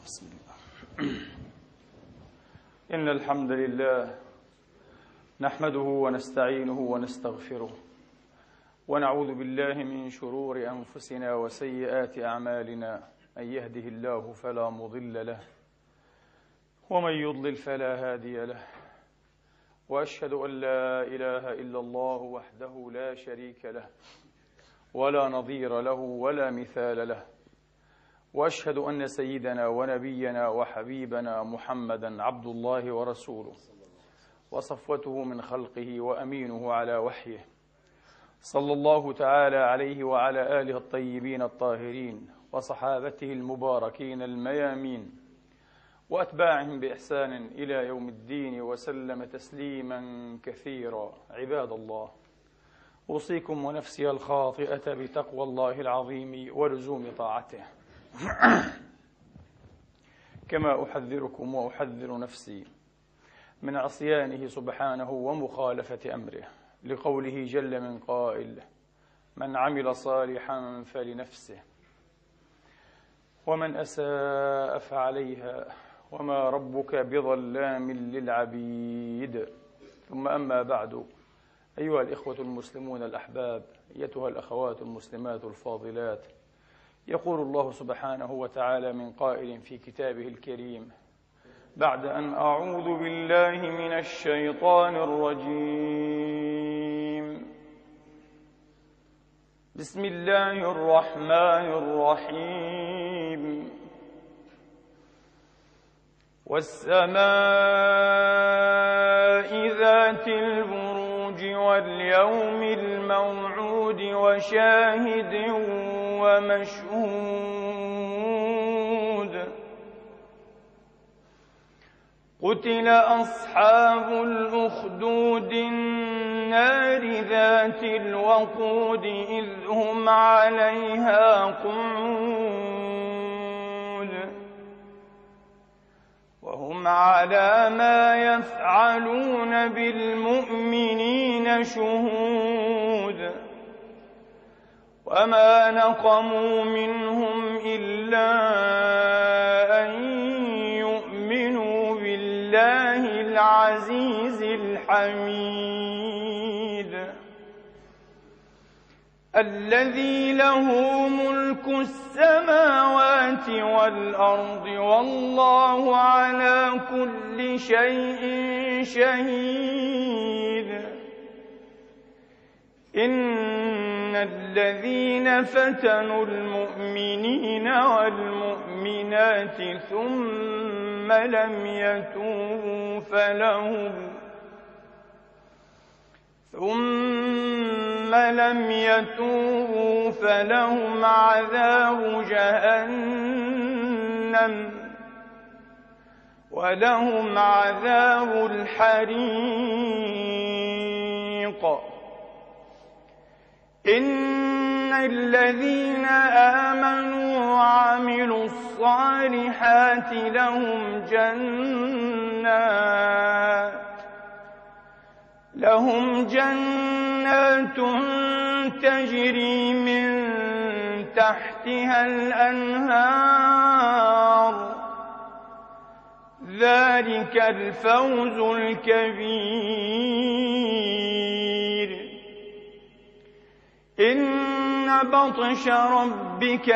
بسم الله. إن الحمد لله نحمده ونستعينه ونستغفره ونعوذ بالله من شرور أنفسنا وسيئات أعمالنا. من يهده الله فلا مضل له ومن يضلل فلا هادي له، وأشهد أن لا إله إلا الله وحده لا شريك له ولا نظير له ولا مثال له، وأشهد أن سيدنا ونبينا وحبيبنا محمدا عبد الله ورسوله وصفوته من خلقه وأمينه على وحيه، صلى الله تعالى عليه وعلى آله الطيبين الطاهرين وصحابته المباركين الميامين وأتباعهم بإحسان إلى يوم الدين وسلم تسليما كثيرا. عباد الله، أوصيكم ونفسي الخاطئة بتقوى الله العظيم ولزوم طاعته، كما أحذركم وأحذر نفسي من عصيانه سبحانه ومخالفة أمره، لقوله جل من قائل: من عمل صالحا فلنفسه ومن أساء فعليها وما ربك بظلام للعبيد. ثم أما بعد، أيها الإخوة المسلمون الأحباب، أيتها الأخوات المسلمات الفاضلات، يقول الله سبحانه وتعالى من قائل في كتابه الكريم: بعد أن أعوذ بالله من الشيطان الرجيم، بسم الله الرحمن الرحيم: والسماء ذات البروج واليوم الموعود وشاهد ومشهود. قتل أصحاب الأخدود النار ذات الوقود إذ هم عليها قعود وهم على ما يفعلون بالمؤمنين شهود. وما نقموا منهم إلا أن يؤمنوا بالله العزيز الحميد الذي له ملك السماوات والأرض والله على كل شيء شهيد. إن الذين فتنوا المؤمنين والمؤمنات ثم لم يتوبوا فلهم عذاب جهنم ولهم عذاب الحريق. إن الذين آمنوا وعملوا الصالحات لهم جنات تجري من تحتها الأنهار، ذلك الفوز الكبير. إن بطش ربك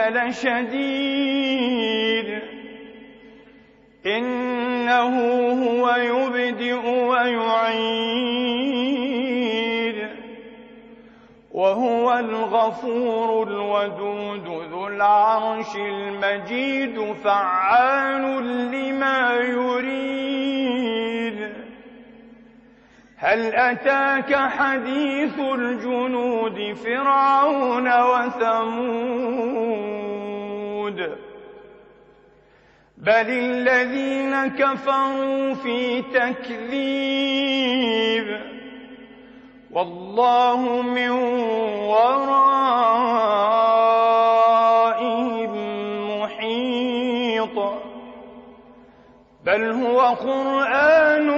لشديد، إنه هو يبدئ ويعيد، وهو الغفور الودود ذو العرش المجيد فعال لما يريد. هل أتاك حديث الجنود فرعون وثمود بل الذين كفروا في تكذيب والله من ورائهم محيط. بل هو قرآن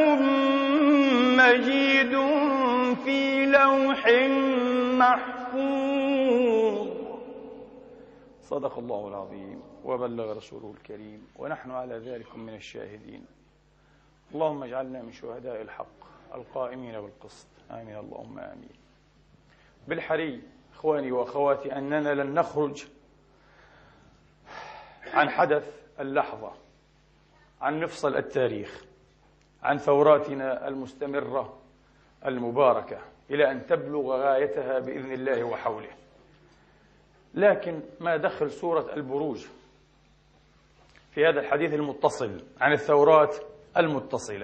مجيد في لوح محفوظ. صدق الله العظيم. وبلغ رسوله الكريم، ونحن على ذلك من الشاهدين. اللهم اجعلنا من شهداء الحق القائمين بالقسط، آمين اللهم آمين. بالحري إخواني وأخواتي أننا لن نخرج عن حدث اللحظة، عن مفصل التاريخ، عن ثوراتنا المستمرة المباركة إلى أن تبلغ غايتها بإذن الله وحوله. لكن ما دخل سورة البروج في هذا الحديث المتصل عن الثورات المتصلة؟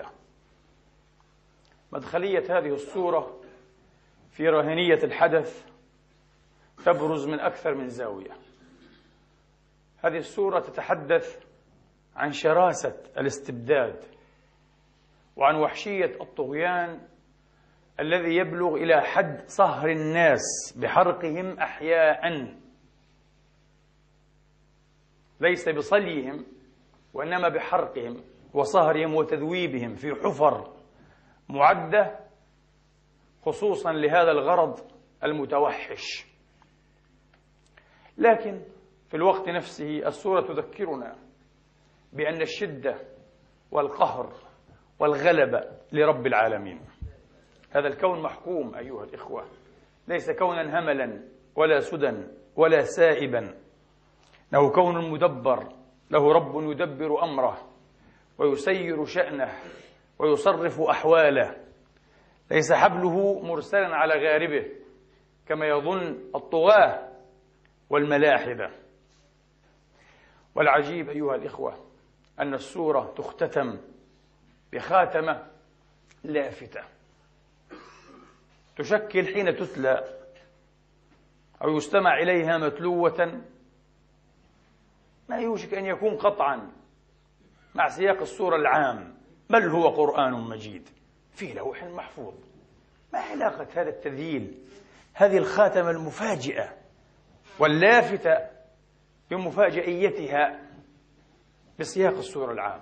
مدخلية هذه السورة في رهنية الحدث تبرز من أكثر من زاوية. هذه السورة تتحدث عن شراسة الاستبداد وعن وحشية الطغيان الذي يبلغ إلى حد صهر الناس بحرقهم أحياء، ليس بصليهم وإنما بحرقهم وصهرهم وتذويبهم في حفر معدة خصوصا لهذا الغرض المتوحش. لكن في الوقت نفسه السورة تذكرنا بأن الشدة والقهر والغلبة لرب العالمين. هذا الكون محكوم أيها الإخوة، ليس كونا هملا ولا سدى ولا سائبا، له كون مدبر، له رب يدبر أمره ويسير شأنه ويصرف أحواله، ليس حبله مرسلا على غاربه كما يظن الطغاة والملاحدة. والعجيب أيها الإخوة أن السورة تختتم بخاتمة لافتة تشكل حين تتلى أو يستمع إليها متلوة ما يوشك أن يكون قطعا مع سياق السورة العام، بل هو قرآن مجيد في لوح محفوظ. ما علاقة هذا التذييل، هذه الخاتمة المفاجئة واللافتة بمفاجئيتها بسياق السورة العام؟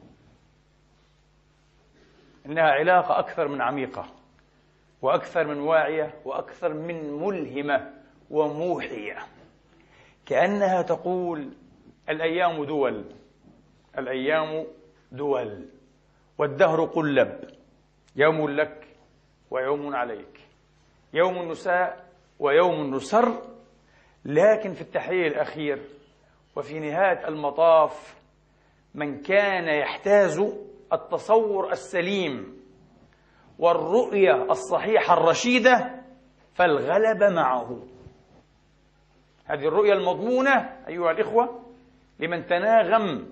إنها علاقة أكثر من عميقة وأكثر من واعية وأكثر من ملهمة وموحية. كأنها تقول الأيام دول، الأيام دول والدهر قلب، يوم لك ويوم عليك، يوم نساء ويوم نسر. لكن في التحليل الأخير وفي نهاية المطاف من كان يحتاز التصور السليم والرؤية الصحيحة الرشيدة فالغلب معه. هذه الرؤية المضمونة أيها الإخوة لمن تناغم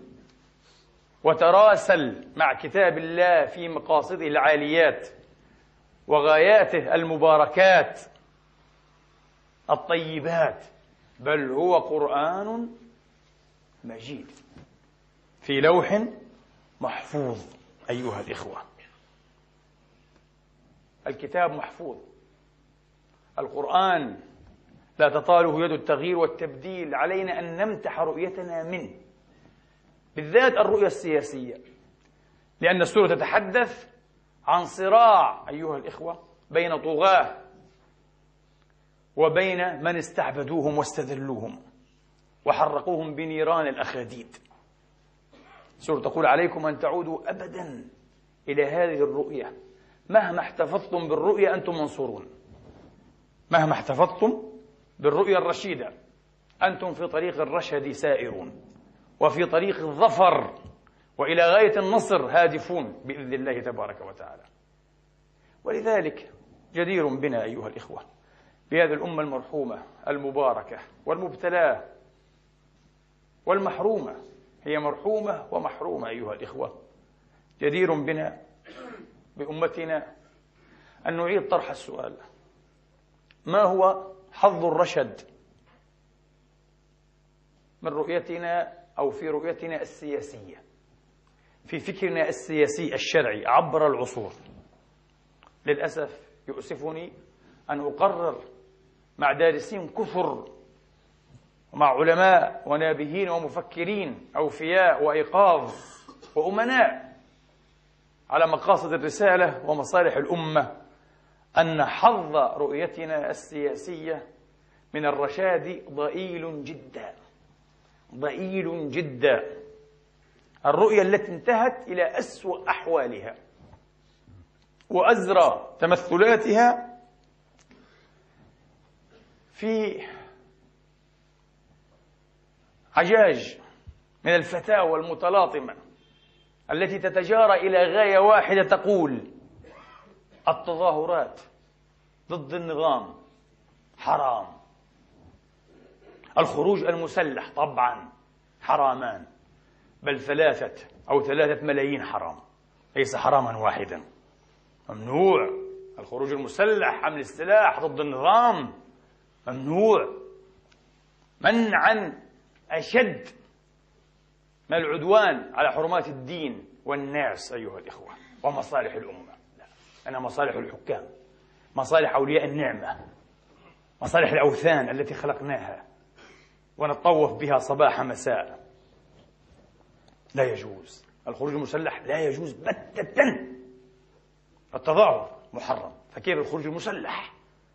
وتراسل مع كتاب الله في مقاصده العاليات وغاياته المباركات الطيبات، بل هو قرآن مجيد في لوح محفوظ. أيها الإخوة الكتاب محفوظ، القرآن لا تطاله يد التغيير والتبديل، علينا أن نمتح رؤيتنا منه، بالذات الرؤية السياسية، لأن السورة تتحدث عن صراع أيها الإخوة بين طغاة وبين من استعبدوهم واستذلوهم وحرقوهم بنيران الأخاديد. السورة تقول عليكم أن تعودوا أبدا إلى هذه الرؤية، مهما احتفظتم بالرؤية أنتم منصورون، مهما احتفظتم بالرؤية الرشيدة أنتم في طريق الرشد سائرون وفي طريق الظفر وإلى غاية النصر هادفون بإذن الله تبارك وتعالى. ولذلك جدير بنا أيها الإخوة بهذه الأمة المرحومة المباركة والمبتلاة والمحرومة، هي مرحومة ومحرومة أيها الإخوة، جدير بنا بأمتنا أن نعيد طرح السؤال: ما هو حظ الرشد من رؤيتنا أو في رؤيتنا السياسية، في فكرنا السياسي الشرعي عبر العصور؟ للأسف يؤسفني أن أقرر مع دارسين كثر ومع علماء ونابهين ومفكرين أوفياء وإيقاظ وأمناء على مقاصد الرسالة ومصالح الأمة أن حظ رؤيتنا السياسية من الرشاد ضئيل جدا، ضئيل جدا، الرؤية التي انتهت إلى أسوأ أحوالها وأزرى تمثلاتها في عجاج من الفتاوى المتلاطمة التي تتجارى إلى غاية واحدة تقول: التظاهرات ضد النظام حرام، الخروج المسلح طبعا حرامان، بل 3 أو 3 ملايين حرام، ليس حراما واحدا. ممنوع الخروج المسلح، حمل السلاح ضد النظام ممنوع منعا أشد من العدوان على حرمات الدين والناس أيها الإخوة ومصالح الأمة. لا، أنا مصالح الحكام، مصالح أولياء النعمة، مصالح الأوثان التي خلقناها ونتطوف بها صباح مساء. لا يجوز الخروج المسلح، لا يجوز بتة. التظاهر محرم، فكيف الخروج المسلح؟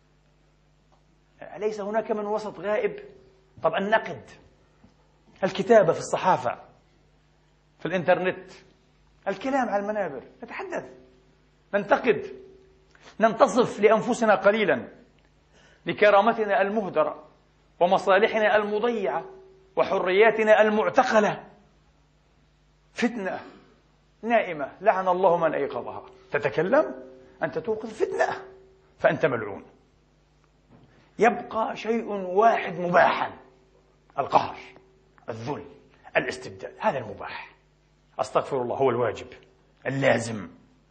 أليس هناك من وسط غائب؟ طب النقد، الكتابة في الصحافة، في الإنترنت، الكلام على المنابر، نتحدث، ننتقد، ننتصف لأنفسنا قليلا لكرامتنا المهدرة ومصالحنا المضيعة وحرياتنا المعتقلة. فتنة نائمة لعن الله من أيقظها. تتكلم أنت توقظ فتنة فأنت ملعون. يبقى شيء واحد مباحا: القهر، الذل، الاستبداد. هذا المباح، أستغفر الله، هو الواجب اللازم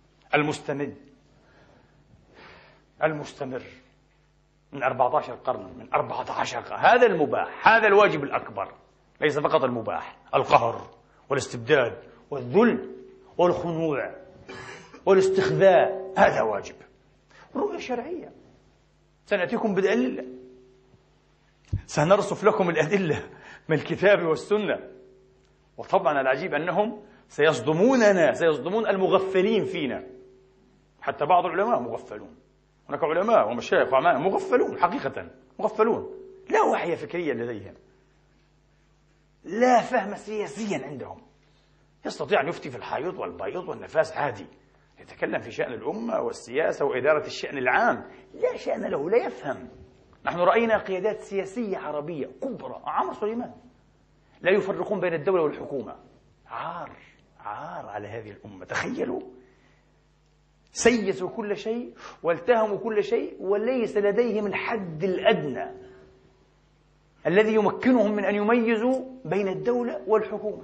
المستمر من 14 قرن، من 14 قرن. هذا المباح، هذا الواجب الأكبر، ليس فقط المباح. القهر والاستبداد والذل والخنوع والاستخذاء، هذا واجب. رؤية شرعية، سنأتيكم بالأدلة، سنرصف لكم الأدلة من الكتاب والسنة. وطبعا العجيب أنهم سيصدموننا، سيصدمون المغفلين فينا. حتى بعض العلماء مغفلون، هناك علماء ومشايخ وعلماء مغفلون، حقيقة مغفلون، لا وعي فكريا لديهم، لا فهم سياسيا عندهم. يستطيع أن يفتي في الحيض والبيض والنفاس عادي، يتكلم في شأن الأمة والسياسة وإدارة الشأن العام، لا شأن له، لا يفهم. نحن رأينا قيادات سياسية عربية كبرى، عمر سليمان، لا يفرقون بين الدولة والحكومة. عار على هذه الأمة. تخيلوا، سيسوا كل شيء والتهموا كل شيء، وليس لديهم الحد الأدنى الذي يمكنهم من أن يميزوا بين الدولة والحكومة.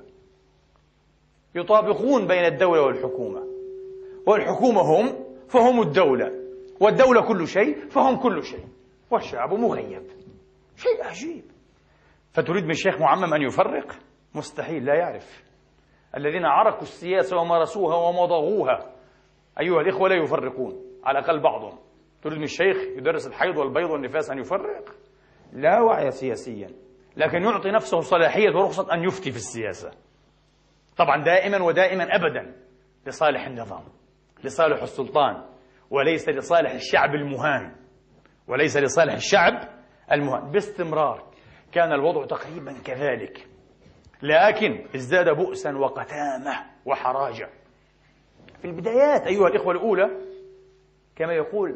يطابقون بين الدولة والحكومة، والحكومة هم فهم الدولة، والدولة كل شيء فهم كل شيء، والشعب مغيب. شيء عجيب. فتريد من شيخ معمم أن يفرق؟ مستحيل، لا يعرف. الذين عرقوا السياسة ومارسوها ومضغوها أيها الإخوة لا يفرقون، على الأقل بعضهم. تريد من الشيخ يدرس الحيض والبيض والنفاس أن يفرق؟ لا وعي سياسيا، لكن يعطي نفسه صلاحية ورخصة أن يفتي في السياسة، طبعا دائما ودائما أبدا لصالح النظام، لصالح السلطان، وليس لصالح الشعب المهان، وليس لصالح الشعب المهان. باستمرار كان الوضع تقريبا كذلك، لكن ازداد بؤسا وقتامة وحراجة. في البدايات أيها الإخوة الأولى، كما يقول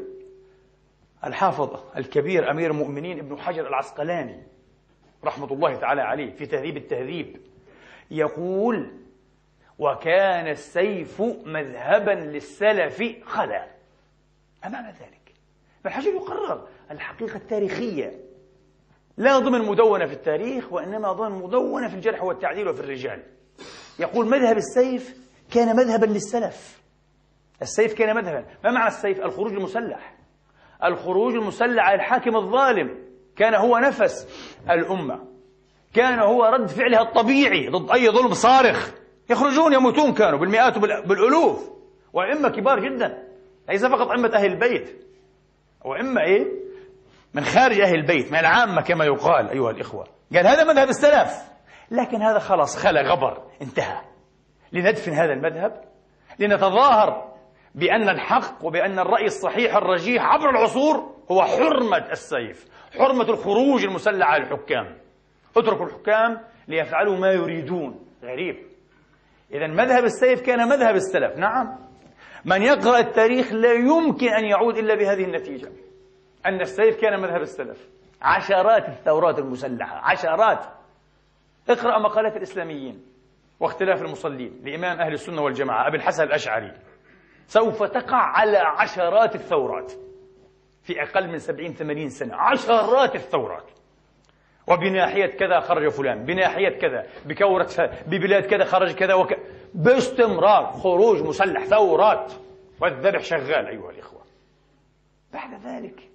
الحافظ الكبير أمير المؤمنين ابن حجر العسقلاني رحمة الله تعالى عليه في تهذيب التهذيب، يقول: وكان السيف مذهبا للسلف خلا. أمام ذلك ابن حجر يقرر الحقيقة التاريخية، لا ضمن مدونة في التاريخ، وإنما ضمن مدونة في الجرح والتعديل وفي الرجال. يقول: مذهب السيف كان مذهبا للسلف. السيف كان مذهبا. ما معنى السيف؟ الخروج المسلح. الخروج المسلح على الحاكم الظالم كان هو نفس الأمة، كان هو رد فعلها الطبيعي ضد أي ظلم صارخ. يخرجون يموتون كانوا بالمئات وبالألوف، وأئمة كبار جدا، ليس فقط أئمة أهل البيت، وأئمة من خارج أهل البيت، من العامة كما يقال أيها الإخوة. قال هذا مذهب السلف، لكن هذا خلاص خلا غبر، انتهى. لندفن هذا المذهب، لنتظاهر بأن الحق وبأن الرأي الصحيح الرجيح عبر العصور هو حرمة السيف، حرمة الخروج المسلح على الحكام. اتركوا الحكام ليفعلوا ما يريدون. غريب. إذن مذهب السيف كان مذهب السلف. نعم، من يقرأ التاريخ لا يمكن أن يعود إلا بهذه النتيجة، أن السيف كان مذهب السلف. عشرات الثورات المسلحة، عشرات. اقرأ مقالات الإسلاميين واختلاف المصلين لإمام أهل السنة والجماعة أبي الحسن الأشعري، سوف تقع على عشرات الثورات في أقل من 70-80 سنة. عشرات الثورات، وبناحية كذا خرج فلان، بناحية كذا، بكورة ببلاد كذا خرج كذا باستمرار خروج مسلح، ثورات، والذبح شغال أيها الإخوة. بعد ذلك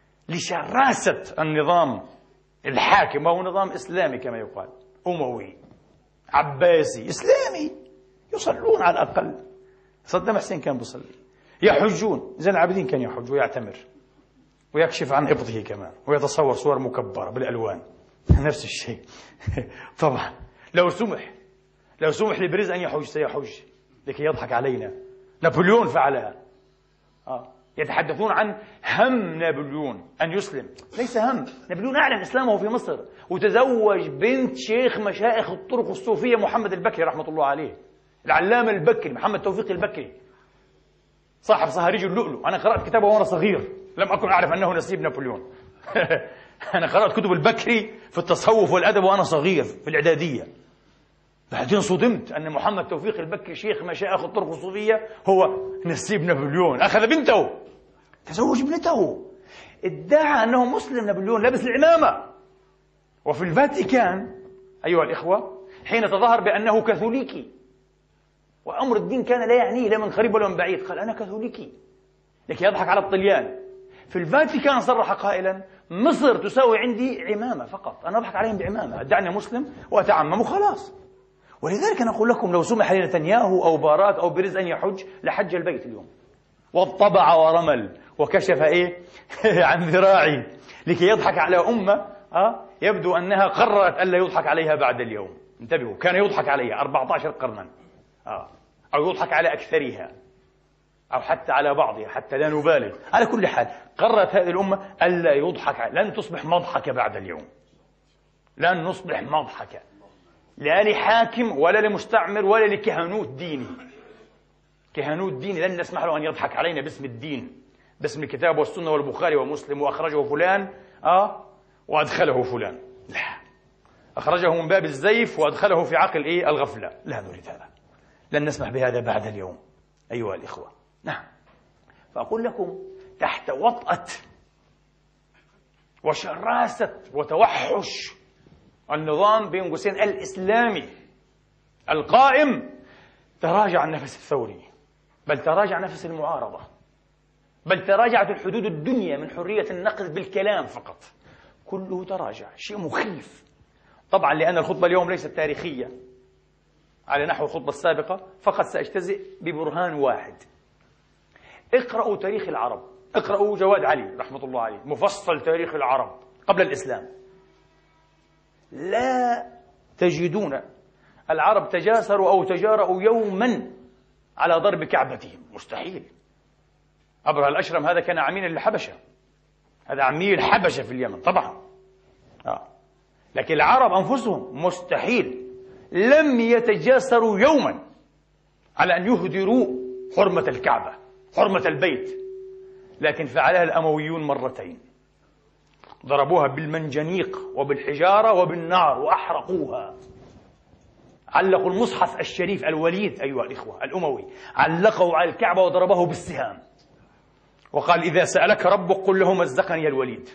لشراسة النظام الحاكم، وهو نظام إسلامي كما يقال، أموي عباسي إسلامي، يصلون على الأقل. صدام حسين كان بيصلي، يحجون، زين العابدين كان يحج ويعتمر ويكشف عن إبطه كمان، ويتصور صور مكبرة بالألوان. نفس الشيء. طبعا لو سمح لبريز أن يحج سيحج لكي يضحك علينا. نابليون فعلها. يتحدثون عن هم نابليون أن يسلم. ليس هم، نابليون أعلن إسلامه في مصر، وتزوج بنت شيخ مشايخ الطرق الصوفية محمد البكري رحمة الله عليه، العلامة البكري محمد توفيق البكري، صاحب صهاريج اللؤلؤ. أنا قرأت كتابه وأنا صغير، لم أكن أعرف أنه نسيب نابليون. أنا قرأت كتب البكري في التصوف والأدب وأنا صغير في الإعدادية، بعدين صدمت أن محمد توفيق البكري شيخ مشايخ الطرق الصوفية هو نسيب نابليون. أخذ بنته، تزوج ابنته، ادعى أنه مسلم نابليون، لبس العمامة. وفي الفاتيكان أيها الإخوة حين تظاهر بأنه كاثوليكي، وأمر الدين كان لا يعنيه لا من قريب ولا من بعيد، قال أنا كاثوليكي لكي يضحك على الطليان. في الفاتيكان صرح قائلا مصر تساوي عندي عمامة فقط، أنا أضحك عليهم بعمامة، أدعني مسلم وأتعمم وخلاص. ولذلك أنا أقول لكم لو سمح لنتنياهو أو باراك أو برز أن يحج لحج البيت اليوم، واطبع ورمل وكشف عن ذراعي لكي يضحك على أمة يبدو أنها قررت ألا يضحك عليها بعد اليوم. انتبهوا، كان يضحك عليها 14 قرنا، أو يضحك على أكثرها، أو حتى على بعضها، حتى لا نبالغ. على كل حال قررت هذه الأمة ألا يضحك، لن تصبح مضحكة بعد اليوم، لن نصبح مضحكة، لا لحاكم ولا لمستعمر ولا لكهنوت ديني. كهنوت ديني لن نسمح له أن يضحك علينا باسم الدين، باسم الكتاب والسنة والبخاري ومسلم، وأخرجه فلان وأدخله فلان. لا، أخرجه من باب الزيف وأدخله في عقل الغفلة. لا نريد هذا، لن نسمح بهذا بعد اليوم أيها الإخوة. نعم، فأقول لكم تحت وطأة وشراسة وتوحش النظام بين قوسين الإسلامي القائم، تراجع النفس الثوري، بل تراجع نفس المعارضة، بل تراجعت الحدود الدنيا من حرية النقد بالكلام فقط، كله تراجع. شيء مخيف طبعا، لأن الخطبة اليوم ليست تاريخية على نحو الخطبة السابقة، فقط سأجتزئ ببرهان واحد. اقرأوا تاريخ العرب، اقرأوا جواد علي رحمة الله عليه مفصل تاريخ العرب قبل الإسلام، لا تجدون العرب تجاسروا أو تجارأوا يوما على ضرب كعبتهم، مستحيل. أبرهة الأشرم هذا كان عميلا للحبشة، هذا عمي الحبشة في اليمن طبعا، لكن العرب أنفسهم مستحيل، لم يتجاسروا يوما على أن يهدروا حرمة الكعبة، حرمة البيت، لكن فعلها الأمويون مرتين، ضربوها بالمنجنيق وبالحجارة وبالنار وأحرقوها. علقوا المصحف الشريف، الوليد أيها الإخوة الأموي علقه على الكعبة وضربه بالسهام، وقال إذا سألك ربك قل له مزقني الوليد.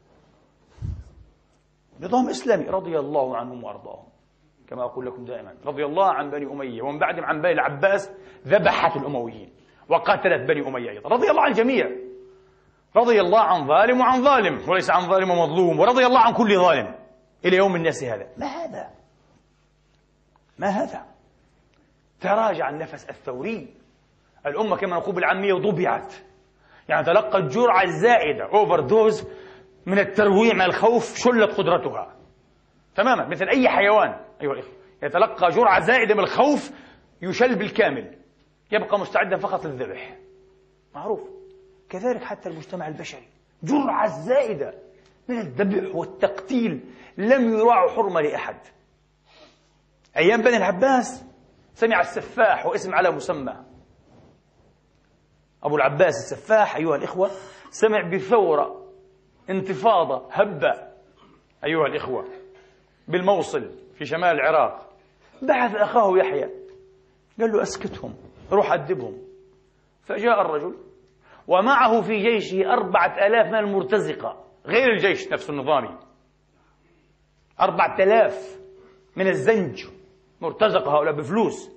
نظام إسلامي رضي الله عنهم وأرضاهم، كما أقول لكم دائما رضي الله عن بني أمية، ومن بعدهم عن بني العباس ذبحت الأمويين وقاتلت بني أمية أيضا. رضي الله عن الجميع، رضي الله عن ظالم وعن ظالم، وليس عن ظالم ومظلوم، ورضي الله عن كل ظالم إلى يوم الناس هذا. ما هذا؟ ما هذا؟ تراجع النفس الثوري، الأمة كما نقول بالعامية ضبعت، يعني تلقت جرعة زائدة أوفر دوز من الترويع مع الخوف، شلت قدرتها تماما، مثل أي حيوان أيها الإخوة يتلقى جرعة زائدة من الخوف يشل بالكامل، يبقى مستعدا فقط للذبح، معروف. كذلك حتى المجتمع البشري، جرعة زائدة من الذبح والتقتيل، لم يراعوا حرمة لأحد، أيام بني العباس سمع السفاح، واسم على مسمى، أبو العباس السفاح أيها الإخوة، سمع بثورة، انتفاضة، هبة أيها الإخوة بالموصل في شمال العراق. بعث أخاه يحيى قال له أسكتهم، روح أدبهم. فجاء الرجل ومعه في جيشه 4000 من المرتزقة، غير الجيش نفسه النظامي، 4000 من الزنج مرتزقة، هؤلاء بفلوس.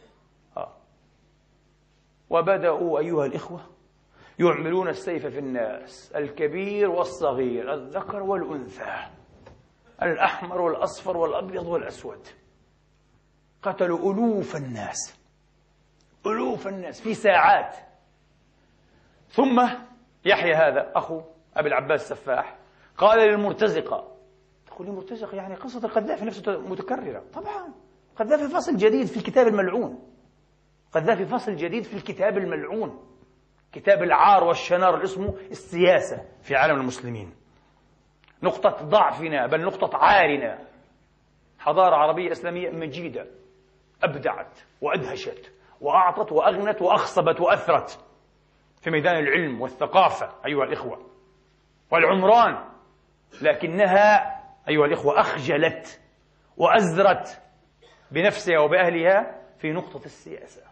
وبدأوا أيها الإخوة يعملون السيف في الناس، الكبير والصغير، الذكر والأنثى، الأحمر والأصفر والأبيض والأسود. قتلوا ألوف الناس، ألوف الناس في ساعات. ثم يحيى هذا أخو أبي العباس السفاح قال للمرتزقة، تقول لي مرتزقة يعني قصة القذافي نفسه متكررة؟ طبعا، قذافي فصل جديد في الكتاب الملعون، قذافي فصل جديد في الكتاب الملعون، كتاب العار والشنار اللي اسمه السياسة في عالم المسلمين. نقطة ضعفنا بل نقطة عارنا، حضارة عربية إسلامية مجيدة، أبدعت وأدهشت وأعطت وأغنت وأخصبت وأثرت في ميدان العلم والثقافة أيها الإخوة والعمران، لكنها أيها الإخوة أخجلت وأزرت بنفسها وبأهلها في نقطة السياسة.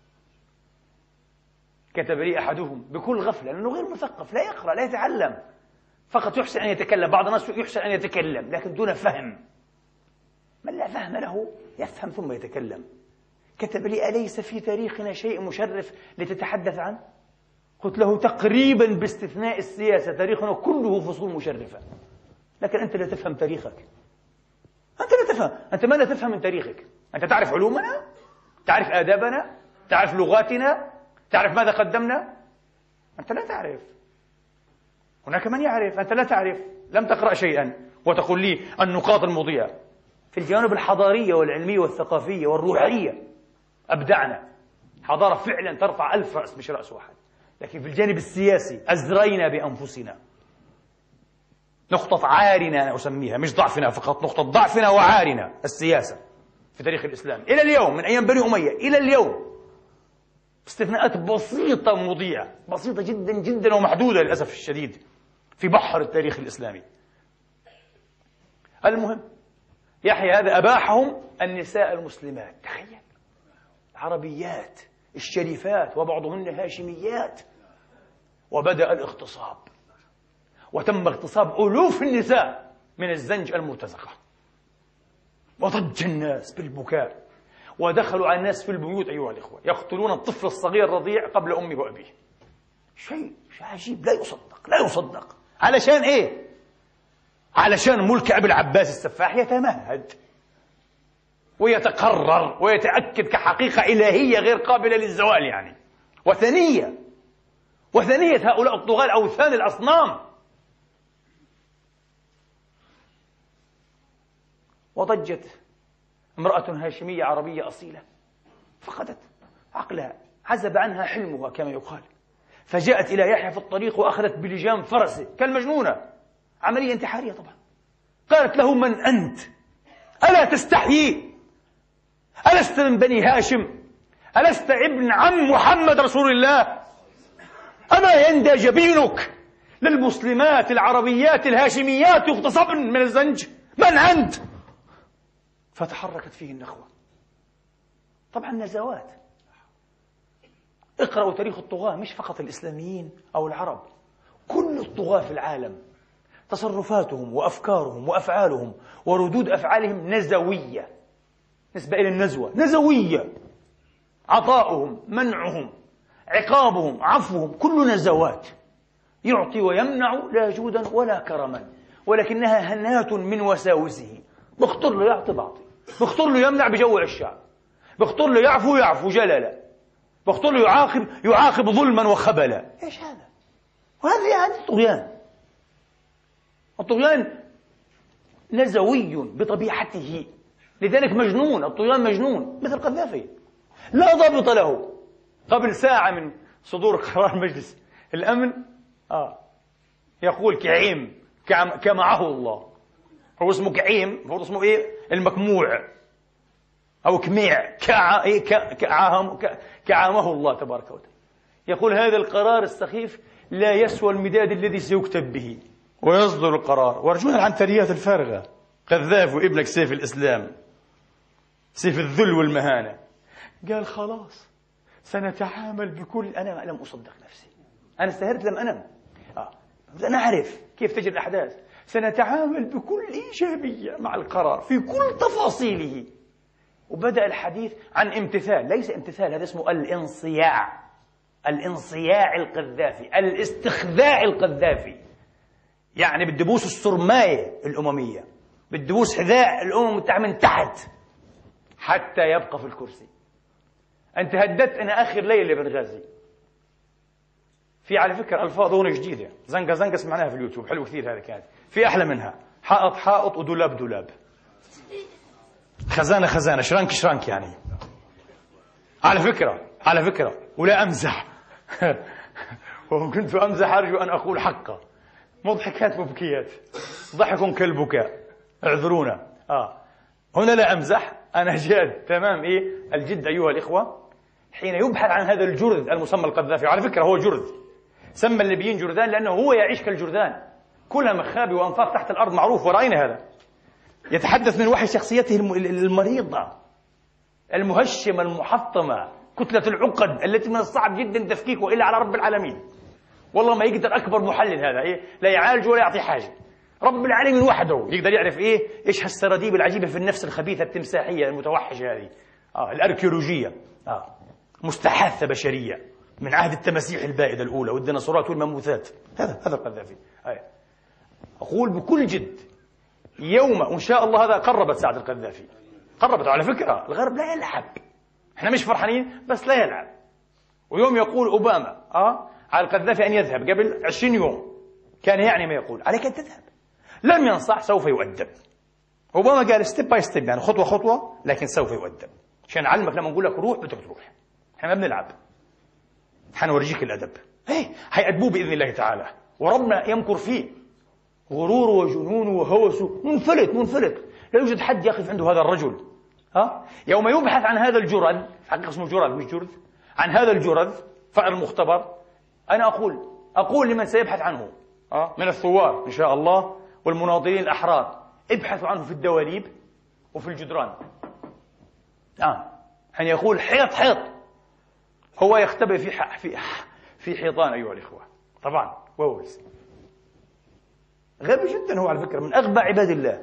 كتب لي أحدهم بكل غفلة، لأنه غير مثقف، لا يقرأ لا يتعلم، فقط يحسن أن يتكلم. بعض الناس يحسن أن يتكلم لكن دون فهم، من لا فهم له يفهم ثم يتكلم. كتب لي أليس في تاريخنا شيء مشرف لتتحدث عنه؟ قلت له تقريبا باستثناء السياسة تاريخنا كله فصول مشرفة، لكن أنت لا تفهم تاريخك، أنت لا تفهم، أنت ماذا تفهم من تاريخك؟ أنت تعرف علومنا؟ تعرف آدابنا؟ تعرف لغاتنا؟ تعرف ماذا قدمنا؟ أنت لا تعرف. هناك من يعرف، أنت لا تعرف، لم تقرأ شيئا وتقول لي النقاط المضيئة. في الجوانب الحضارية والعلمية والثقافية والروحية أبدعنا، حضارة فعلا ترفع 1000 رأس مش رأس واحد، لكن في الجانب السياسي أزرينا بأنفسنا. نقطة عارنا أنا أسميها، مش ضعفنا فقط، نقطة ضعفنا وعارنا السياسة في تاريخ الإسلام إلى اليوم، من أيام بني أمية إلى اليوم، باستثناءات بسيطة مضيئة، بسيطة جدا جدا ومحدودة للأسف الشديد في بحر التاريخ الإسلامي. المهم يحيى هذا أباحهم النساء المسلمات، تخيل، عربيات الشريفات وبعضهن هاشميات، وبدأ الاغتصاب، وتم اغتصاب ألوف النساء من الزنج المرتزقة، وضج الناس بالبكاء، ودخلوا على الناس في البيوت أيها الإخوة يقتلون الطفل الصغير الرضيع قبل أمه وأبيه. شيء عجيب لا يصدق، لا يصدق. علشان إيه؟ علشان ملك أبي العباس السفاح يتمهد ويتقرر ويتأكد كحقيقة إلهية غير قابلة للزوال يعني، وثنية هؤلاء الطغاة أوثان الأصنام. وضجت امرأة هاشمية عربية أصيلة، فقدت عقلها، عزب عنها حلمها كما يقال، فجاءت إلى يحيى في الطريق وأخذت بلجام فرسه كالمجنونة، عملية انتحارية طبعا. قالت له من أنت؟ ألا تستحيي؟ ألست من بني هاشم؟ ألست ابن عم محمد رسول الله؟ أما يندى جبينك للمسلمات العربيات الهاشميات يغتصبن من الزنج؟ من أنت؟ فتحركت فيه النخوة. طبعا نزوات، اقرأوا تاريخ الطغاة، مش فقط الإسلاميين أو العرب، كل الطغاة في العالم تصرفاتهم وأفكارهم وأفعالهم وردود أفعالهم نزوية، نسبة إلى النزوة نزوية، عطاؤهم، منعهم، عقابهم، عفوهم، كل نزوات، يعطي ويمنع لا جودا ولا كرما، ولكنها هنات من وساوسه. بخطر له يعطي بعطي، بخطر له يمنع بجوع الشعب، بخطر له يعفو جللا، بخطر له يعاقب ظلما وخبلا. ايش هذا؟ وهذا الطغيان. الطغيان نزوي بطبيعته، لذلك مجنون، الطغيان مجنون مثل قذافي لا ضابط له. قبل ساعة من صدور قرار مجلس الأمن يقول كعيم كمعه الله، هو اسمه كعيم، هو اسمه إيه؟ المكموع، أو كميع كعامه الله تبارك وتعالى. يقول هذا القرار السخيف لا يسوى المداد الذي سيكتب به، ويصدر القرار. وارجونا العنتريات الفارغة. قذاف وابنك سيف الإسلام، سيف الذل والمهانة. قال خلاص سنتعامل بكل، أنا لم أصدق نفسي، أنا استهرت لم أنم. أنا أعرف كيف تجري الأحداث. سنتعامل بكل إيجابية مع القرار في كل تفاصيله. وبدأ الحديث عن امتثال، ليس امتثال، هذا اسمه الانصياع، الانصياع القذافي، الاستخذاء القذافي. يعني بده يبوس السرماية الأممية، بده يبوس حذاء الأمم المتحدة من تحت حتى يبقى في الكرسي. أنت هددت أنا آخر ليلة بنغازي. في على فكرة ألفاظ هون جديدة، زنقة زنقة سمعناها في اليوتيوب، حلو كثير هذا. كانت في أحلى منها، حائط حائط ودولاب دولاب، خزانة خزانة، شرنك شرنك. يعني على فكرة ولا أمزح وإن كنت أمزح أرجو أن أقول حقا. مضحكات مبكيات، ضحك كالبكاء، اعذرونا. هنا لا أمزح، أنا جاد تمام. الجد أيها الإخوة حين يبحث عن هذا الجرذ المسمى القذافي. على فكرة هو جرذ، سمى الليبيين جرذان لأنه هو يعيش كالجرذان، كلها مخابي وأنفاق تحت الأرض، معروف ورأينا هذا. يتحدث من وحي شخصيته المريضة المهشمة المحطمة، كتلة العقد التي من الصعب جدا تفكيكها إلا على رب العالمين. والله ما يقدر أكبر محلل هذا لا يعالج ولا يعطي حاجة. رب العالمين وحده يقدر يعرف إيش هالسراديب العجيبة في النفس الخبيثة التمساحية المتوحشة هذه، الأركيولوجية، مستحاثة بشرية من عهد التماسيح البائدة الأولى والديناصورات والماموثات. هذا القذافي. أقول بكل جد يوم وإن شاء الله هذا قربت ساعة القذافي، قربت. على فكرة الغرب لا يلعب، احنا مش فرحانين بس لا يلعب. ويوم يقول أوباما على القذافي أن يذهب قبل 20 يوم، كان يعني ما يقول عليك أن تذهب، لم ينصح، سوف يؤدب. أوباما قال ستيب باي ستيب، يعني خطوة خطوة، لكن سوف يؤدب عشان نعلمك لما نقول لك روح بدك تروح. احنا ما بنلعب، حنورجيك الأدب. هيأدبوه بإذن الله تعالى، وربنا يمكر فيه. غروره وجنونه وهوسه منفلت. لا يوجد حد يقف عنده هذا الرجل. يوم يبحث عن هذا الجرذ، حقيقة اسمه جرذ مش جرذ، عن هذا الجرذ فأر المختبر. أنا أقول لمن سيبحث عنه من الثوار إن شاء الله والمناضلين الأحرار، ابحثوا عنه في الدواليب وفي الجدران. حين يقول حيط هو يختبئ في حيطان أيها الإخوة. طبعا وولز غبي جدا هو، على فكرة من أغبى عباد الله.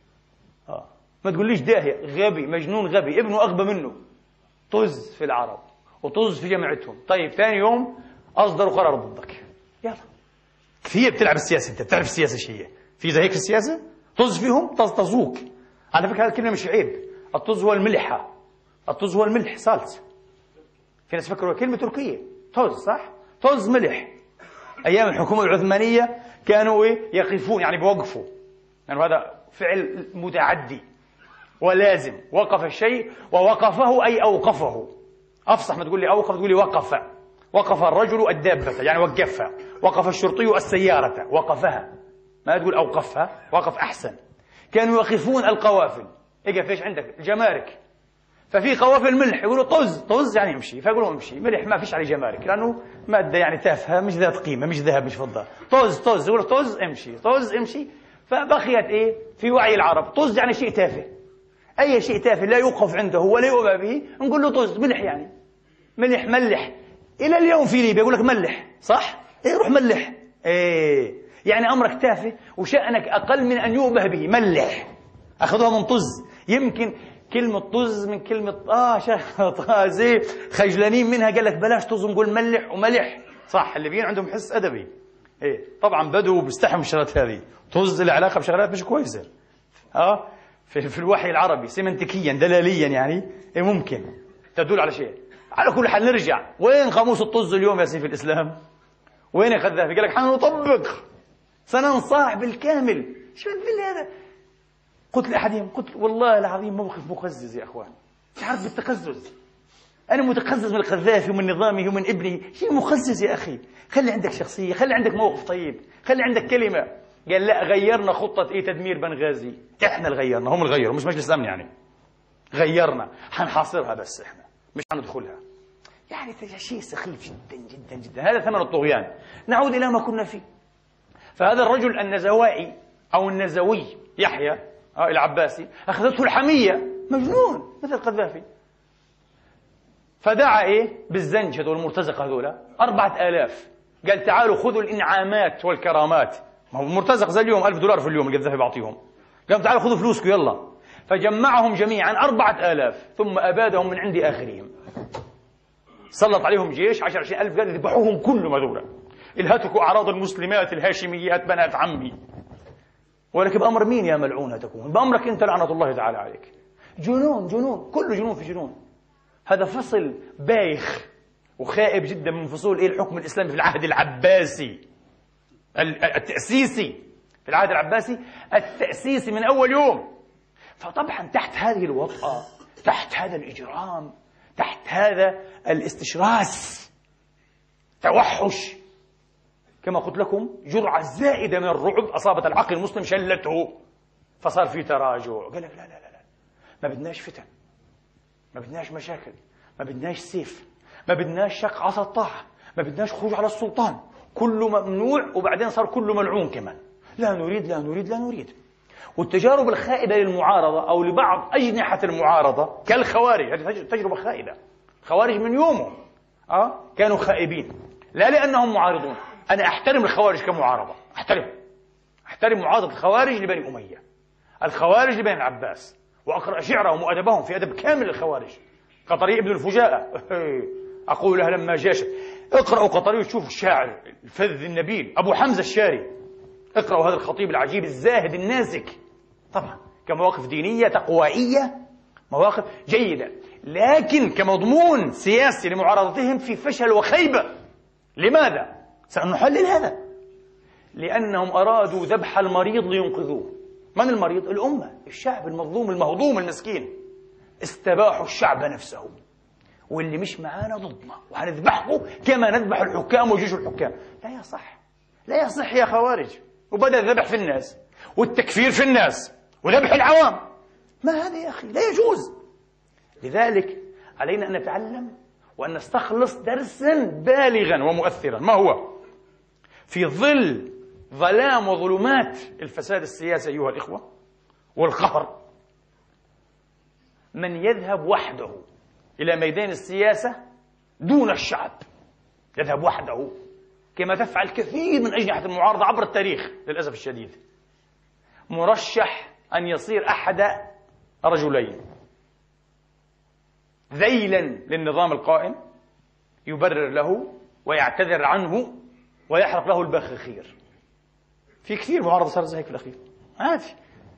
ما تقوليش داهية، غبي مجنون غبي، ابنه أغبى منه. طز في العرب وطز في جامعتهم. طيب ثاني يوم أصدروا قرار ضدك. يلا كثير بتلعب السياسة، أنت بتعرف السياسة شيء في زي هيك في السياسة. طز فيهم طزوك. على فكرة هذه الكلمة مش عيب. الطز هو الملح، الطز هو الملح سالت. في ناس فكروا كلمة تركية طز، صح؟ طز ملح. أيام الحكومة العثمانية كانوا يقفون، يعني بوقفوا، يعني هذا فعل متعدي ولازم. وقف الشيء ووقفه أي أوقفه. أفصح ما تقول لي أوقف، تقول لي وقف. وقف الرجل الدابة يعني وقفها. وقف الشرطي السيارة وقفها، ما تقول أوقفها، وقف أحسن. كانوا يوقفون القوافل. اقف ايش عندك؟ الجمارك. ففي قوافل ملح يقولوا طز يعني امشي، فيقولوا امشي. ملح ما فيش عليه جمارك لأنه مادة يعني تافهة، مش ذات قيمة، مش ذهب مش فضة. طز يقولوا طز امشي. فبقيت في وعي العرب طز يعني شيء تافه. أي شيء تافه لا يوقف عنده ولا يؤبى به نقول له طز. ملح يعني ملح. إلى اليوم في ليبيا يقول لك ملح، صح؟ روح ملح. يعني أمرك تافه وشأنك أقل من أن يؤبه به. ملح أخذوها من طز. يمكن كلمة طز من كلمة زي خجلانين منها، قال لك بلاش طز نقول ملح وملح. صح، الليبيين عندهم حس أدبي. طبعا بدوا بيستحوا من الشغلات هذه. طز له علاقة بشغلات مش كويسة. في الوحي العربي سيمنتيكيا دلاليا يعني ممكن تدل على شيء. على كل حال نرجع، وين قاموس الطز اليوم يا سيف الإسلام؟ وين يا قذافي؟ قال لك حنطبق، سننصاع بالكامل. شو الفيل هذا؟ قلت لأحدهم، قلت والله العظيم موقف مقزز يا أخوان، تعرف بالتقزز. أنا متقزز من القذافي ومن نظامه ومن ابنه. شيء مقزز يا أخي. خلي عندك شخصية، خلي عندك موقف طيب، خلي عندك كلمة. قال لا، غيرنا خطة تدمير بنغازي. احنا اللي غيرنا، هم اللي غيروا، مش مجلس الأمن يعني. غيرنا، حنحاصرها بس إحنا مش حندخلها. يعني شيء سخيف جدا جدا جدا. هذا ثمن الطغيان. نعود إلى ما كنا فيه. فهذا الرجل النزوائي أو النزوي يحيى العباسي أخذته الحمية، مجنون مثل القذافي، فدعا بالزنج هذول المرتزقة هذولا 4000، قال تعالوا خذوا الإنعامات والكرامات. ما هو المرتزق زي اليوم $1000 في اليوم القذافي بعطيهم. قال تعالوا خذوا فلوسكم يلا. فجمعهم جميعا 4000 ثم أبادهم من عند آخرهم. سلط عليهم جيش 10-20 ألف، قال ذبحوهم كلهم هذولا، الهتكوا أعراض المسلمات الهاشميات بنات عمي. ولكن بأمر مين يا ملعون تكون؟ بأمرك أنت لعنة الله تعالى عليك. جنون جنون، كله جنون في جنون. هذا فصل بايخ وخائب جدا من فصول الحكم الإسلامي في العهد العباسي التأسيسي، في العهد العباسي التأسيسي من أول يوم. فطبعا تحت هذه الوطأة، تحت هذا الإجرام، تحت هذا الاستشراس، توحش، كما قلت لكم جرعة زائدة من الرعب أصابت العقل المسلم شلته، فصار في تراجع. قال لك لا لا لا لا، ما بدناش فتن، ما بدناش مشاكل، ما بدناش سيف، ما بدناش شق عصا الطاعة، ما بدناش خروج على السلطان، كله ممنوع. وبعدين صار كله ملعون كمان. لا نريد لا نريد لا نريد. والتجارب الخائبة للمعارضة أو لبعض أجنحة المعارضة كالخوارج، هذه تجربة خائبة. الخوارج من يومهم كانوا خائبين، لا لأنهم معارضون. أنا أحترم الخوارج كمعارضة، أحترم معارضة الخوارج لبني أمية، الخوارج لبني العباس، وأقرأ شعرهم وأدبهم في أدب كامل للخوارج. قطري ابن الفجاءة أقول لها لما جاشت، اقرأوا قطري وتشوفوا الشاعر الفذ النبيل أبو حمزة الشاري، اقرأوا هذا الخطيب العجيب الزاهد النازك. طبعا كمواقف دينية تقوائية مواقف جيدة، لكن كمضمون سياسي لمعارضتهم في فشل وخيبة. لماذا؟ سنحلل هذا. لأنهم أرادوا ذبح المريض لينقذوه. من المريض؟ الأمة، الشعب المظلوم المهضوم المسكين. استباحوا الشعب نفسه، واللي مش معانا ضدنا، وهنذبحه كما نذبح الحكام وجيش الحكام. لا يصح، لا يصح يا خوارج. وبدأ الذبح في الناس والتكفير في الناس وذبح العوام. ما هذا يا أخي؟ لا يجوز. لذلك علينا أن نتعلم وأن نستخلص درسا بالغا ومؤثرا. ما هو؟ في ظل ظلام وظلمات الفساد السياسي أيها الإخوة والقهر، من يذهب وحده إلى ميدان السياسة دون الشعب، يذهب وحده كما تفعل كثير من أجنحة المعارضة عبر التاريخ للأسف الشديد، مرشح أن يصير أحد رجلين: ذيلا للنظام القائم يبرر له ويعتذر عنه ويحرق له البخاخير. في كثير معارضة صار زي هيك في الأخير عادي.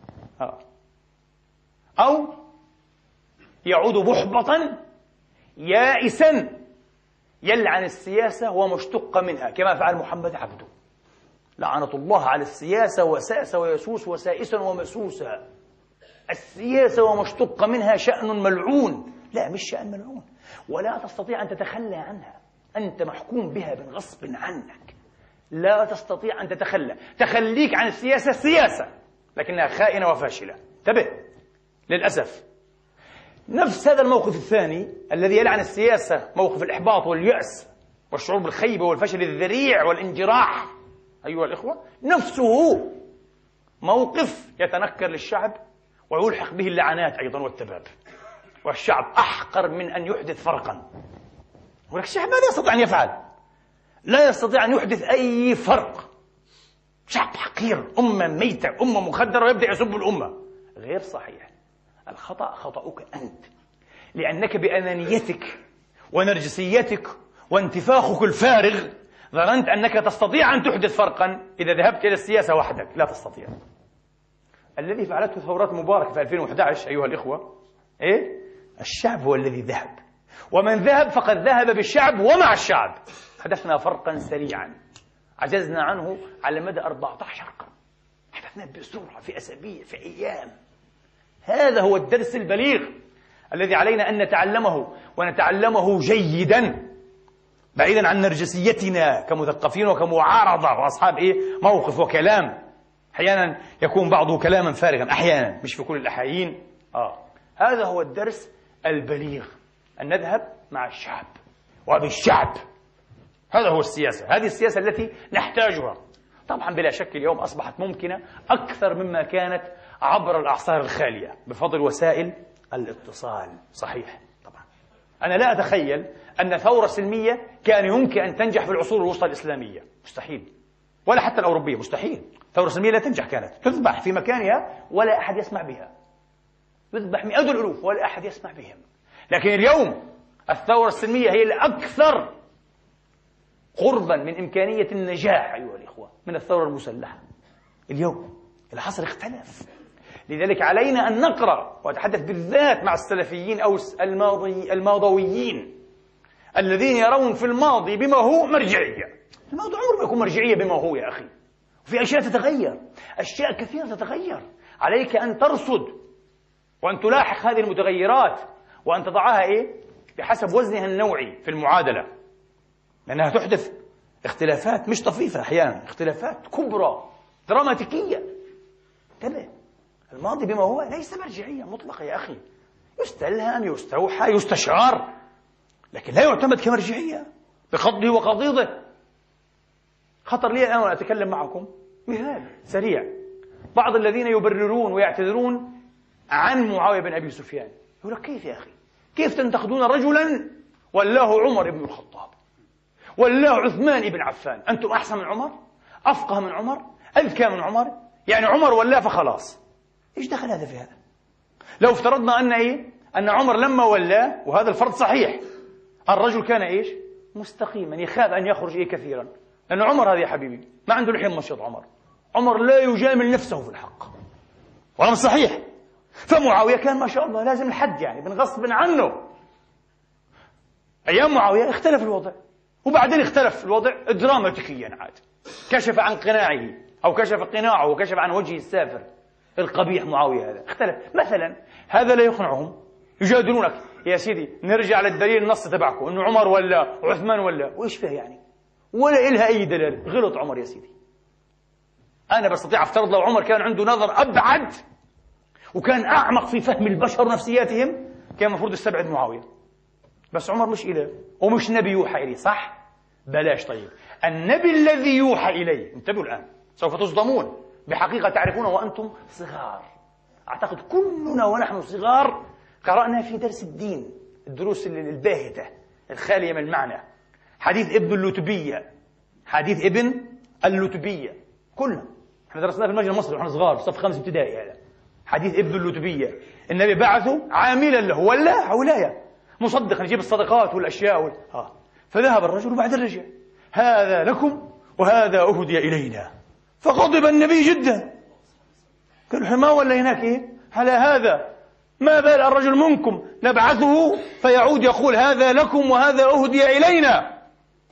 أو يعود محبطا يائسا يلعن السياسة وما اشتق منها كما فعل محمد عبده، لعنة الله على السياسة وساس ويسوس وسائسا ومسوسا. السياسة وما اشتق منها شأن ملعون. لا، مش شأن ملعون، ولا تستطيع أن تتخلى عنها، أنت محكوم بها بغصب عنك، لا تستطيع أن تتخلى. تخليك عن السياسة سياسة، لكنها خائنة وفاشلة. انتبه، للأسف نفس هذا الموقف الثاني الذي يلعن السياسة، موقف الإحباط واليأس والشعور بالخيبة والفشل الذريع والانجراح أيها الإخوة، نفسه موقف يتنكر للشعب ويلحق به اللعنات أيضا والتباب. والشعب أحقر من أن يحدث فرقا. ولكن الشعب ماذا يستطيع أن يفعل؟ لا يستطيع أن يحدث أي فرق. شعب حقير، أمة ميتة، أمة مخدرة، ويبدأ يسب الأمة. غير صحيح. الخطأ خطأك أنت، لأنك بأنانيتك ونرجسيتك وانتفاخك الفارغ ظننت أنك تستطيع أن تحدث فرقا إذا ذهبت إلى السياسة وحدك. لا تستطيع. الذي فعلته ثورات مبارك في 2011 أيها الإخوة، الشعب هو الذي ذهب، ومن ذهب فقد ذهب بالشعب ومع الشعب. حدثنا فرقا سريعا عجزنا عنه على مدى 14 قرن. حدثنا بسرعة في أسابيع، في أيام. هذا هو الدرس البليغ الذي علينا أن نتعلمه، ونتعلمه جيدا بعيدا عن نرجسيتنا كمثقفين وكمعارضة وأصحاب موقف وكلام. أحيانا يكون بعضه كلاما فارغا، أحيانا، مش في كل الأحايين. هذا هو الدرس البليغ، أن نذهب مع الشعب وبالشعب. هذا هو السياسة، هذه السياسة التي نحتاجها. طبعا بلا شك اليوم أصبحت ممكنة أكثر مما كانت عبر الأعصار الخالية بفضل وسائل الاتصال. صحيح. طبعا أنا لا أتخيل أن ثورة سلمية كان يمكن أن تنجح في العصور الوسطى الإسلامية، مستحيل، ولا حتى الأوروبية، مستحيل. ثورة سلمية لا تنجح، كانت تذبح في مكانها ولا أحد يسمع بها، يذبح مئات الألوف ولا أحد يسمع بهم. لكن اليوم الثورة السلمية هي الأكثر قربا من إمكانية النجاح أيها الإخوة من الثورة المسلحة. اليوم العصر اختلف، لذلك علينا أن نقرأ، وأتحدث بالذات مع السلفيين أو الماضويين الذين يرون في الماضي بما هو مرجعية. الماضي عمره ما يكون مرجعية بما هو يا أخي، وفي أشياء تتغير، أشياء كثيرة تتغير. عليك أن ترصد وأن تلاحق هذه المتغيرات وأن تضعها بحسب وزنها النوعي في المعادلة، لأنها تحدث اختلافات مش طفيفة، أحيانا اختلافات كبرى دراماتيكية. انتبه، الماضي بما هو ليس مرجعية مطلقة يا أخي، يستلهم، يستوحى، يستشعر، لكن لا يعتمد كمرجعية بخضه وقضيضه. خطر لي الآن وأنا أتكلم معكم مثال سريع. بعض الذين يبررون ويعتذرون عن معاوية بن أبي سفيان، يقول لك كيف يا أخي، كيف تنتقدون رجلا والله عمر بن الخطاب، والله عثمان بن عفان، أنتم أحسن من عمر، أفقه من عمر، أذكى من عمر، يعني عمر ولا فخلاص. إيش دخل هذا في هذا؟ لو افترضنا أن عمر لما ولا، وهذا الفرض صحيح، الرجل كان مستقيما، يخاف أن يخرج كثيرا، لأن عمر هذا يا حبيبي ما عنده لحية مشيط. عمر لا يجامل نفسه في الحق، وهذا صحيح. فمعاوية كان ما شاء الله لازم الحد، يعني من غصب عنه. أيام معاوية اختلف الوضع، وبعدين اختلف الوضع دراماتيكيا عاد، كشف عن قناعه أو كشف قناعه وكشف عن وجهه السافر القبيح. معاوية هذا اختلف مثلا، هذا لا يقنعهم، يجادلونك يا سيدي نرجع للدليل النص تبعكم أنه عمر ولا وعثمان ولا، وإيش فيها يعني، ولا إلها أي دلالة. غلط عمر يا سيدي. أنا بستطيع أفترض لو عمر كان عنده نظر أبعد وكان أعمق في فهم البشر ونفسياتهم كان المفروض يستبعد معاوية، بس عمر مش إله ومش نبي يوحى إليه، صح؟ بلاش. طيب النبي الذي يوحى إليه، انتبهوا الآن سوف تصدمون بحقيقة تعرفونها وأنتم صغار. أعتقد كلنا ونحن صغار قرأنا في درس الدين، الدروس الباهتة الخالية من المعنى، حديث ابن اللتبية، حديث ابن اللتبية، كلنا احنا درسناه في المجلس المصري ونحن صغار في صف 5 ابتدائي. هذا حديث ابن اللتبية، النبي بعثه عاملا له ولاية، مصدقا يجيب الصدقات والأشياء فذهب الرجل وبعدين رجع، هذا لكم وهذا أهدي إلينا. فغضب النبي جدا، قال ما وليناك على هذا، ما بال الرجل منكم نبعثه فيعود يقول هذا لكم وهذا أهدي إلينا.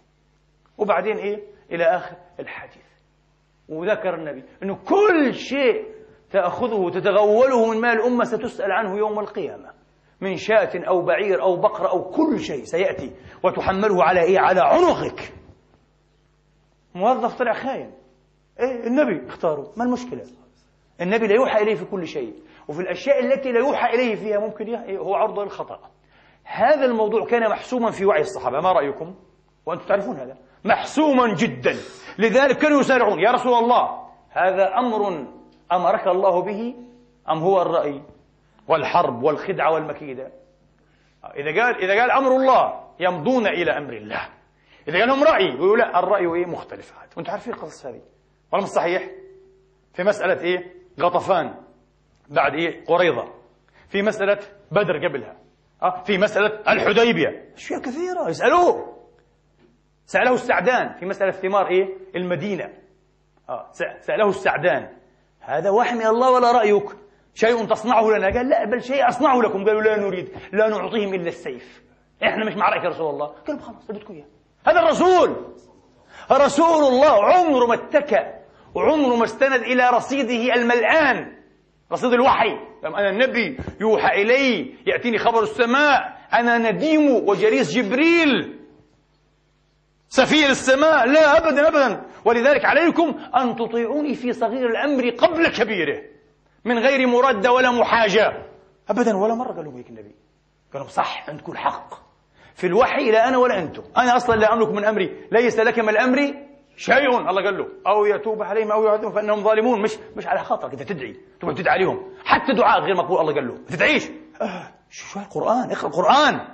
وبعدين إلى آخر الحديث. وذكر النبي أنه كل شيء تأخذه تتغوله من مال الأمة ستسأل عنه يوم القيامة، من شاة أو بعير أو بقرة أو كل شيء سيأتي وتحمله على على عنقك. موظف طلع خاين، النبي اختاره، ما المشكلة؟ النبي لا يوحى إليه في كل شيء، وفي الأشياء التي لا يوحى إليه فيها ممكن هو عرضة للخطأ. هذا الموضوع كان محسوما في وعي الصحابة، ما رأيكم؟ وأنتم تعرفون هذا محسوما جدا، لذلك كانوا يسارعون، يا رسول الله هذا أمر أمرك الله به أم هو الرأي والحرب والخدعة والمكيدة؟ إذا قال أمر الله يمضون إلى أمر الله، إذا قال لهم رأي يقولوا لا الرأي مختلف عاد. وأنتم عارفين القصص هذه ولا مش صحيح؟ في مسألة غطفان بعد قريظة، في مسألة بدر قبلها، في مسألة الحديبية، أشياء كثيرة سأله السعدان في مسألة ثمار المدينة، سأله السعدان هذا وحي من الله ولا رأيك؟ شيء تصنعه لنا؟ قال لا بل شيء أصنعه لكم. قالوا لا نريد، لا نعطيهم إلا السيف، إحنا مش مع رأيك يا رسول الله. قالوا خلاص بدكم إياه. هذا رسول الله عمره ما اتكى وعمره ما استند إلى رصيده الملآن، رصيد الوحي. لما أنا النبي يوحى إلي يأتيني خبر السماء، أنا نديم وجريس جبريل سفير السماء، لا أبدا أبدا. ولذلك عليكم أن تطيعوني في صغير الأمر قبل كبيره من غير مرادة ولا محاجة. أبدا، ولا مرة قال لهم هيك النبي. قال لهم صح، عندكم الحق في الوحي، لا أنا ولا أنتم، أنا أصلا لا أملك من أمري، ليس لك من الأمر شيء. الله قال له أو يتوب عليهم أو يعذبهم فإنهم ظالمون. مش على خاطرك أنت تدعي، تقعد تدعي عليهم، حتى دعاء غير مقبول. الله قال له ما تدعيش. شو القرآن؟ اقرأ القرآن.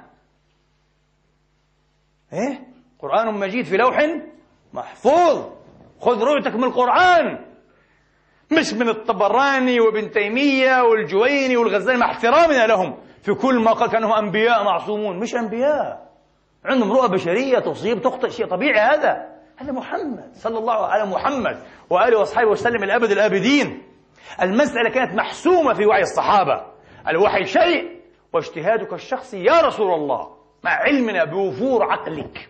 إيه؟ قرآن مجيد في لوح محفوظ. خذ رؤيتك من القرآن، مش من الطبراني وابن تيمية والجويني والغزالي، مع احترامنا لهم في كل ما قال كأنهم أنبياء معصومون. مش أنبياء، عندهم رؤى بشرية، تصيب تخطئ، شيء طبيعي. هذا محمد صلى الله على محمد وآله وأصحابه وسلم الأبد الآبدين. المسألة كانت محسومة في وعي الصحابة. الوحي شيء واجتهادك الشخصي يا رسول الله، مع علمنا بوفور عقلك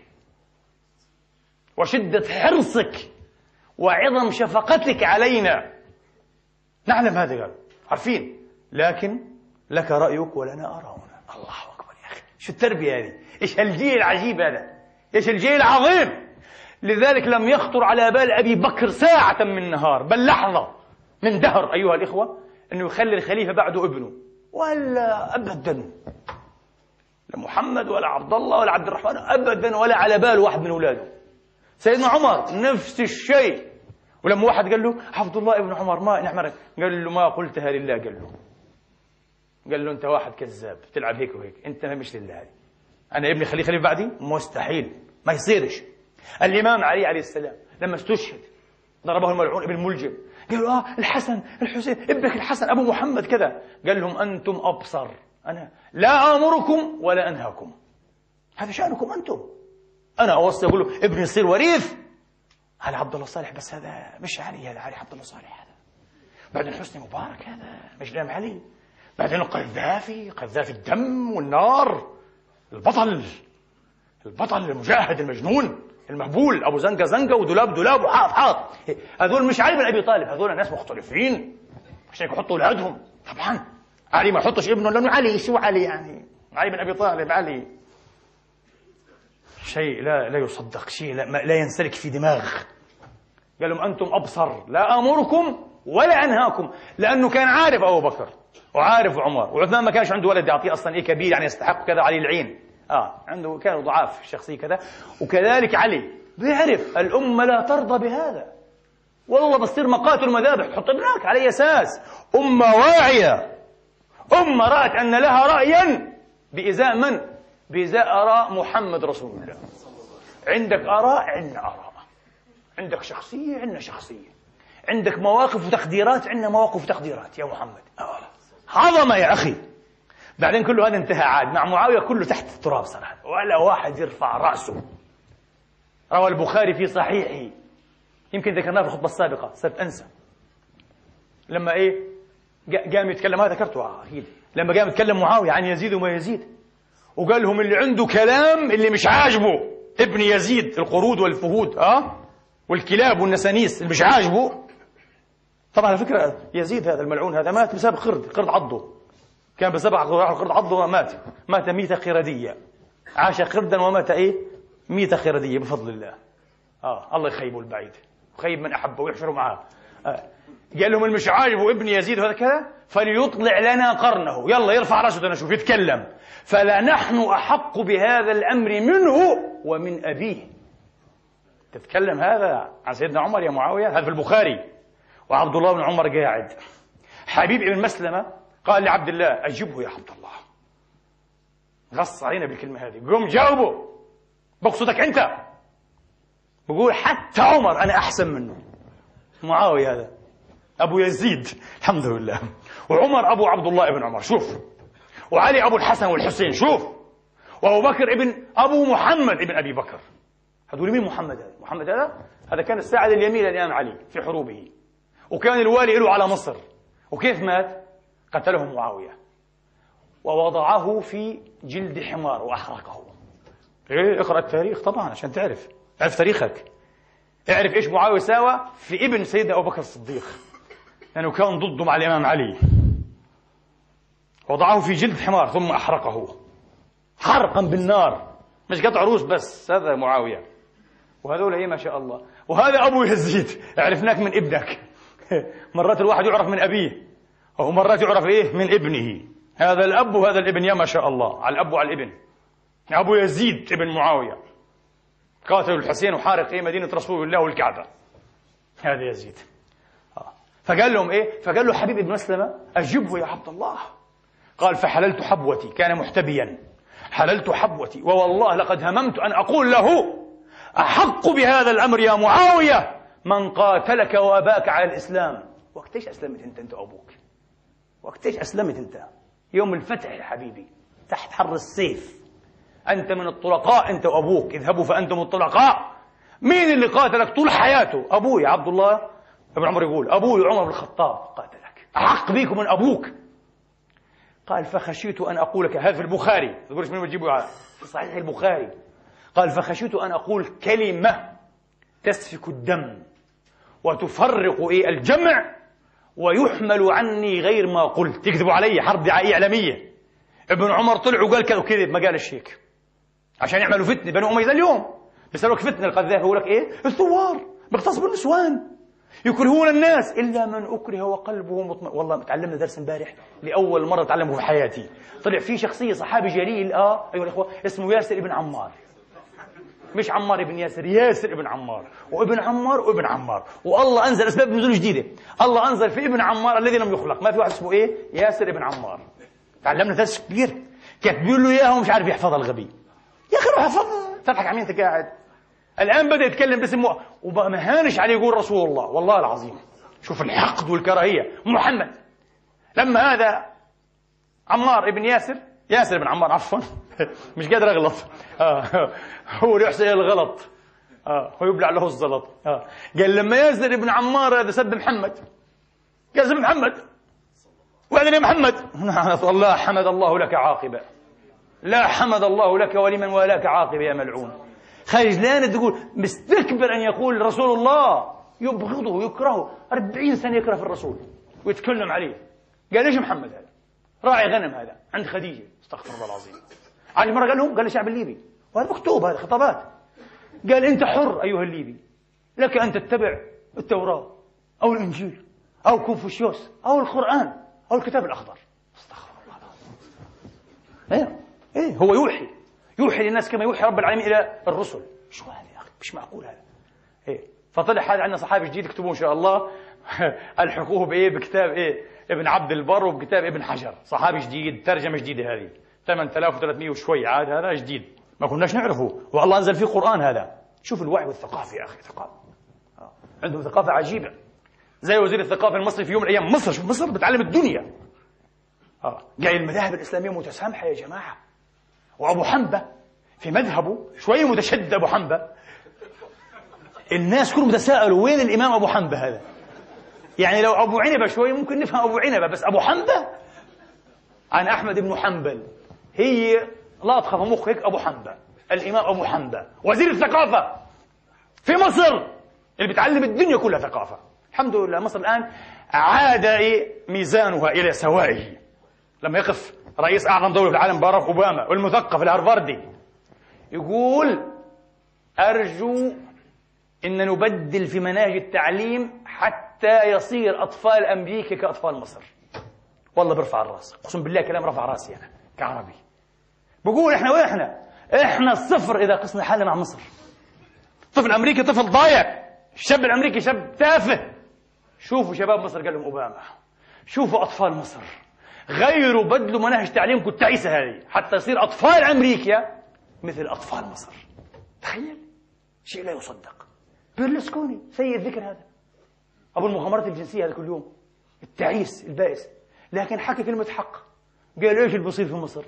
وشدة حرصك وعظم شفقتك علينا، نعلم هذا. قال عارفين، لكن لك رأيك ولنا آراؤنا. الله أكبر يا أخي، شو التربية هذه؟ إيش هالجيل العجيب هذا، إيش الجيل العظيم. لذلك لم يخطر على بال أبي بكر ساعة من نهار، بل لحظة من دهر أيها الإخوة، أنه يخلي الخليفة بعده ابنه، ولا أبدا، لا محمد ولا عبد الله ولا عبد الرحمن أبدا، ولا على بال واحد من أولاده. سيدنا عمر نفس الشيء. ولما واحد قال له عبد الله ابن عمر ما نعمرك، قال له ما قلتها لله. قال له أنت واحد كذاب، تلعب هيك وهيك، أنت مش لله. هذه أنا ابني خليفة بعدي؟ مستحيل، ما يصيرش. الإمام علي عليه السلام لما استشهد ضربه الملعون ابن ملجم، قالوا الحسن الحسين ابنك الحسن أبو محمد كذا. قال لهم أنتم أبصر، أنا لا آمركم ولا أنهاكم، هذا شأنكم أنتم. أنا أوصي أقول له ابني يصير وريث على عبد الله صالح، بس هذا مش علي، هذا علي عبد الله صالح. هذا بعدين حسني مبارك، هذا مش الإمام علي. بعدين قذافي الدم والنار، البطل المجاهد المجنون المهبول، أبو زنقة ودولاب وحاط. هذول مش علي بن أبي طالب، هذول ناس مختلفين عشان يحطوا أولادهم. طبعا علي ما يحطش ابنه لأنه علي. شو علي يعني؟ علي بن أبي طالب، علي شيء لا يصدق، شيء لا ينسلك في دماغ. قال لهم أنتم أبصر، لا آمركم ولا أنهاكم، لأنه كان عارف أبو بكر وعارف عمر وعثمان، ما كانش عنده ولد يعطيه أصلا كبير يعني يستحق كذا، علي العين عنده كانوا ضعاف الشخصية كذا. وكذلك علي بيعرف الأمة لا ترضى بهذا، والله بصير مقاتل مذابح، تحط ابنك على أساس أمة واعية، أمة رأت أن لها رأيا بإزاء من؟ بإزاء آراء محمد رسول الله. عندك آراء، عندنا آراء، عندك شخصية، عندنا شخصية، عندك مواقف وتقديرات، عندنا مواقف وتقديرات يا محمد. عظمة يا أخي. بعدين كله هذا انتهى عاد مع معاوية، كله تحت التراب صراحة، ولا واحد يرفع رأسه. روى البخاري في صحيحه، يمكن ذكرناه في الخطبة السابقة، صرت أنسى، لما قام يتكلم، هذا ذكرته أكيد، لما قام يتكلم معاوية عن يزيد وما يزيد، وقال لهم اللي عنده كلام اللي مش عاجبه ابن يزيد، القرود والفهود والكلاب والنسانيس اللي مش عاجبه. طبعا على فكرة يزيد هذا الملعون هذا مات بسبب قرد عضه، كان بسبب قرد عضه مات ميتة قردية. عاش قردا ومات ميتة قردية بفضل الله. الله يخيبه البعيد، يخيب من أحبه ويحشره معاه. قال لهم المش عاجبه ابن يزيد وهذا كذا فليطلع لنا قرنه، يلا يرفع رأسه نشوف يتكلم. فلا نحن أحق بهذا الأمر منه ومن أبيه. تتكلم هذا عن سيدنا عمر يا معاوية؟ هذا في البخاري. وعبد الله بن عمر قاعد، حبيب ابن مسلمة قال لعبد الله أجبه يا عبد الله، غص علينا بالكلمة هذه، قم جاوبه، بقصدك أنت. بقول حتى عمر أنا أحسن منه. معاوية هذا أبو يزيد الحمد لله، وعمر أبو عبد الله بن عمر شوف، وعلي أبو الحسن والحسين شوف، وأبو بكر ابن أبو محمد ابن أبي بكر. هذول مين محمد هذا؟ محمد هذا كان الساعد اليمين للإمام علي في حروبه، وكان الوالي له على مصر. وكيف مات؟ قتله معاوية ووضعه في جلد حمار وأحرقه. اقرأ التاريخ طبعا عشان تعرف تاريخك، اعرف إيش معاوية ساوى في ابن سيدنا أبو بكر الصديق، لأنه كان ضده مع الإمام علي. وضعه في جلد حمار ثم أحرقه حرقا بالنار، مش قطع روس بس، هذا معاوية. وهذول ما شاء الله. وهذا أبو يزيد عرفناك من ابنك. مرات الواحد يعرف من أبيه، ومرات يعرف من ابنه. هذا الأب وهذا الابن، يا ما شاء الله على الأب وعلى الابن. أبو يزيد ابن معاوية قاتل الحسين وحارق مدينة رسول الله والكعبة، هذا يزيد. فقال لهم فقال له حبيب بن مسلمة أجبه يا عبد الله. قال فحللت حبوتي، كان محتبيا، حللت حبوتي ووالله لقد هممت أن أقول له أحق بهذا الأمر يا معاوية من قاتلك وأباك على الإسلام. وقتيش أسلمت أنت وأبوك؟ وقتيش أسلمت أنت؟ يوم الفتح يا حبيبي، تحت حر السيف، أنت من الطلقاء أنت وأبوك، اذهبوا فأنتم الطلقاء. مين اللي قاتلك طول حياته؟ أبوي عبد الله ابن عمر يقول أبوي عمر بن الخطاب قاتلك، أحق بيكم من أبوك. قال فخشيت أن أقول هذا في البخاري، تقولش من بتجيبوا في صحيح البخاري. قال فخشيت أن أقول كلمة تسفك الدم وتفرق الجمع ويحمل عني غير ما قلت، يكذبوا علي، حرب دعائية إعلامية. ابن عمر طلع وقال كذا وكذب، ما قال الشيك عشان يعملوا فتنة. بنو أمية اليوم بيسألوك فتنة، القذافي يقول لك الثوار بيغتصبوا النسوان، يكرهون الناس إلا من أكره وقلبه مطمئن. والله تعلمنا درس امبارح لأول مرة تعلمه في حياتي. طلع في شخصية صحابي جليل أيها الإخوة اسمه ياسر ابن عمار، مش عمار ابن ياسر، ياسر ابن عمار، وابن عمار وابن عمار. والله أنزل أسباب نزول جديدة، الله أنزل في ابن عمار الذي لم يخلق، ما في واحد اسمه ياسر ابن عمار. تعلمنا درس كبير، كاتبين له إياه ومش عارف يحفظها الغبي. يا أخي روح احفظها، تضحك على مين أنت قاعد؟ الآن بدأ يتكلم باسمه وبقى مهانش عليه يقول رسول الله. والله العظيم شوف الحقد والكراهية. محمد لما هذا عمار ابن ياسر بن عمار عفوا مش قادر أغلط هو اللي يحسن الغلط هو يبلع له الزلط. قال لما ياسر ابن عمار هذا سب محمد، قال سب محمد وأذن يا محمد الله حمد الله لك عاقبة، لا حمد الله لك ولمن والاك عاقبة يا ملعون. خجلان تقول مستكبر أن يقول رسول الله، يبغضه يكرهه، 40 سنة يكره في الرسول ويتكلم عليه. قال ليش محمد هذا؟ راعي غنم هذا عند خديجة، استغفر الله العظيم. عاد مرة قال لهم، قال للشعب الليبي، وهذا مكتوب، هذا خطابات، قال أنت حر أيها الليبي، لك أن تتبع التوراة أو الإنجيل أو كونفوشيوس أو القرآن أو الكتاب الأخضر. استغفر الله العظيم. هو يوحي للناس كما يوحي رب العالمين إلى الرسل. شو هذا يا أخي؟ مش معقول هذا. فطلع هذا عندنا صحابي جديد اكتبوه إن شاء الله ألحقوه بكتاب ابن عبد البر وبكتاب ابن حجر، صحابي جديد، ترجمة جديدة هذه 8300 وشوي، عاد هذا جديد ما كناش نعرفه، والله أنزل فيه قرآن. هذا شوف الوعي والثقافة يا أخي، ثقافة عندهم ثقافة عجيبة. زي وزير الثقافة المصري في يوم من الأيام، مصر، شوف مصر بتعلم الدنيا. قال المذاهب الإسلامية متسامحة يا جماعة. وأبو حنبة في مذهبه شوية متشدد. أبو حنبة الناس كلهم تساءلوا وين الإمام أبو حنبة هذا؟ يعني لو أبو عنبة شوية ممكن نفهم أبو عنبة، بس أبو حنبة عن أحمد بن حنبل، هي لا تخاف مخ هيك. أبو حنبة الإمام أبو حنبة وزير الثقافة في مصر اللي بتعلم الدنيا كلها ثقافة. الحمد لله مصر الآن عاد ميزانها إلى سوائه. لما يقف رئيس أعظم دولة في العالم باراك أوباما والمثقف الهارفاردي يقول أرجو إن نبدل في مناهج التعليم حتى يصير أطفال أمريكا كأطفال مصر. والله برفع الرأس، أقسم بالله كلام رفع رأسي أنا كعربي. بقول إحنا الصفر إذا قسنا حالنا مع مصر. طفل أمريكي طفل ضايع، الشاب الأمريكي شاب تافه. شوفوا شباب مصر قال لهم أوباما، شوفوا أطفال مصر، غيروا بدلوا مناهج تعليمكم التعيسة هذه حتى يصير أطفال أمريكا مثل أطفال مصر. تخيل شيء لا يصدق. بيرلسكوني سيء الذكر هذا، أبو المغامرات الجنسية هذا كل يوم، التعيس البائس، لكن حكى كلمة حق. قال إيش اللي بيصير في مصر؟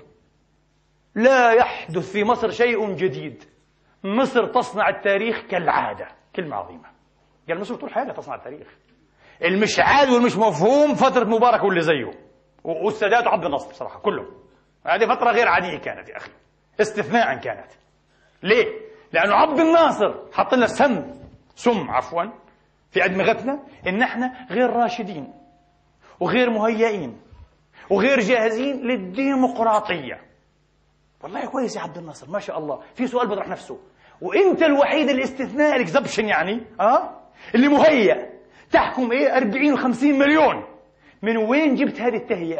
لا يحدث في مصر شيء جديد، مصر تصنع التاريخ كالعادة. كلمة عظيمة. قال مصر طول حياتها تصنع التاريخ. المش عاد والمش مفهوم فترة مبارك واللي زيه والسادات وعبد الناصر بصراحة كلهم. هذه فترة غير عادية كانت يا أخي، استثناء كانت. ليه؟ لأنه عبد الناصر حط لنا سم في أدمغتنا إن احنا غير راشدين وغير مهيئين وغير جاهزين للديمقراطية. والله كويس يا عبد الناصر ما شاء الله. في سؤال بيطرح نفسه، وانت الوحيد الاستثناء الاكزبشن يعني اللي مهيئ تحكم 40 و50 مليون. من وين جبت هذه التهيئة؟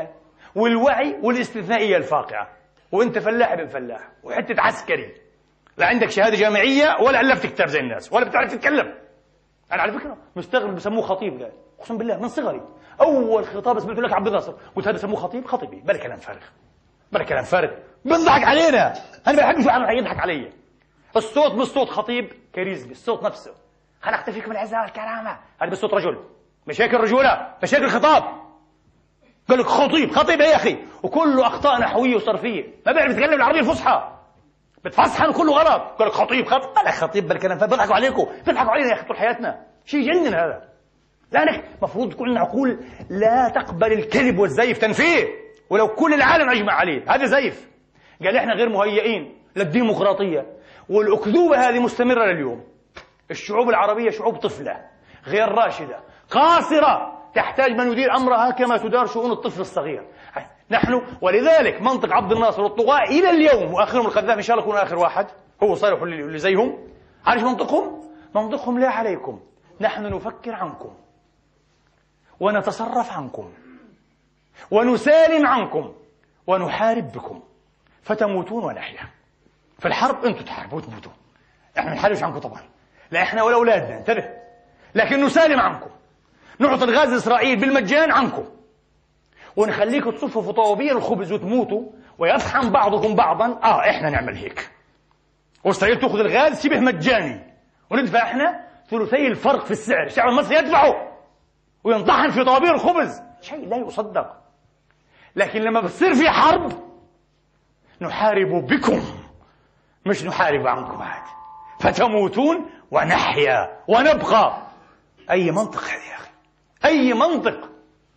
والوعي والاستثنائية الفاقعة، وأنت فلاح ابن فلاح وحتة عسكري، لا عندك شهادة جامعية ولا ألفت كتاب زي الناس ولا بتعرف تتكلم. أنا على فكرة مستغرب بسموه خطيب، قال أقسم بالله من صغري أول خطاب سمعته لك عبد الناصر قلت هذا سموه خطيب؟ خطيبي بلا كلام فارغ، بلا كلام فارغ، بيضحك علينا. أنا ما بحبش واحد يضحك علي. الصوت مش صوت خطيب كاريزمي، الصوت نفسه خلقت فيكم العزة والكرامة، هذا بس صوت رجل، مشاكل رجولة، مشاكل خطاب. قال لك خطيب، خطيب إيه يا أخي؟ وكله أخطاء نحوية وصرفية، ما بيعرف يتكلم العربية الفصحى، بتفصحن وكله غلط. قال لك خطيب، خطيب بلا خطيب بلا كلام، بيضحكوا عليكم، بيضحكوا علينا يا أخي طول حياتنا، شيء يجنن هذا. لأنك مفروض تكون عندنا عقول لا تقبل الكذب والزيف، تنفيه، ولو كل العالم أجمع عليه هذا زيف. قال إحنا غير مهيئين للديمقراطية، والأكذوبة هذه مستمرة لليوم. الشعوب العربية شعوب طفلة غير راشدة قاصرة، تحتاج من يدير أمرها كما تدار شؤون الطفل الصغير. نحن ولذلك منطق عبد الناصر والطغاة إلى اليوم، وآخرهم القذافي إن شاء الله يكون آخر واحد، هو صالح اللي زيهم. عارف منطقهم؟ منطقهم لا عليكم، نحن نفكر عنكم ونتصرف عنكم ونسالم عنكم ونحارب بكم فتموتون ونحيا. في الحرب أنتم تحاربوا وتموتوا، إحنا ما نحاربش عنكم طبعا، لا إحنا ولا أولادنا، انتبه، لكن نسالم عنكم، نعطي الغاز إسرائيل بالمجان عنكم، ونخليكم تصفوا في طوابير الخبز وتموتوا ويطحن بعضكم بعضا. إحنا نعمل هيك، وإسرائيل تأخذ الغاز شبه مجاني، وندفع إحنا ثلثي الفرق في السعر، الشعب المصري يدفعه وينطحن في طوابير الخبز، شيء لا يصدق. لكن لما بتصير في حرب نحارب بكم، مش نحارب عنكم عاد، فتموتون ونحيا ونبقى. أي منطق هذا يا أخي؟ أي منطق؟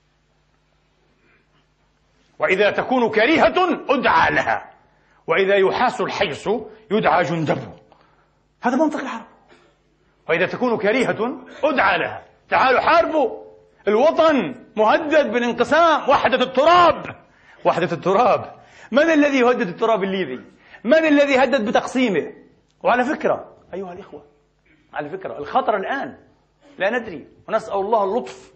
وإذا تكون كريهة أدعى لها، وإذا يحاس الحيص يدعى جندبه. هذا منطق الحرب. وإذا تكون كريهة أدعى لها، تعالوا حاربوا، الوطن مهدد بالانقسام، وحدة التراب، وحدة التراب. من الذي يهدد التراب الليبي؟ من الذي هدد بتقسيمه؟ وعلى فكرة أيها الإخوة، على فكرة الخطر الآن لا ندري، ونسأل الله اللطف،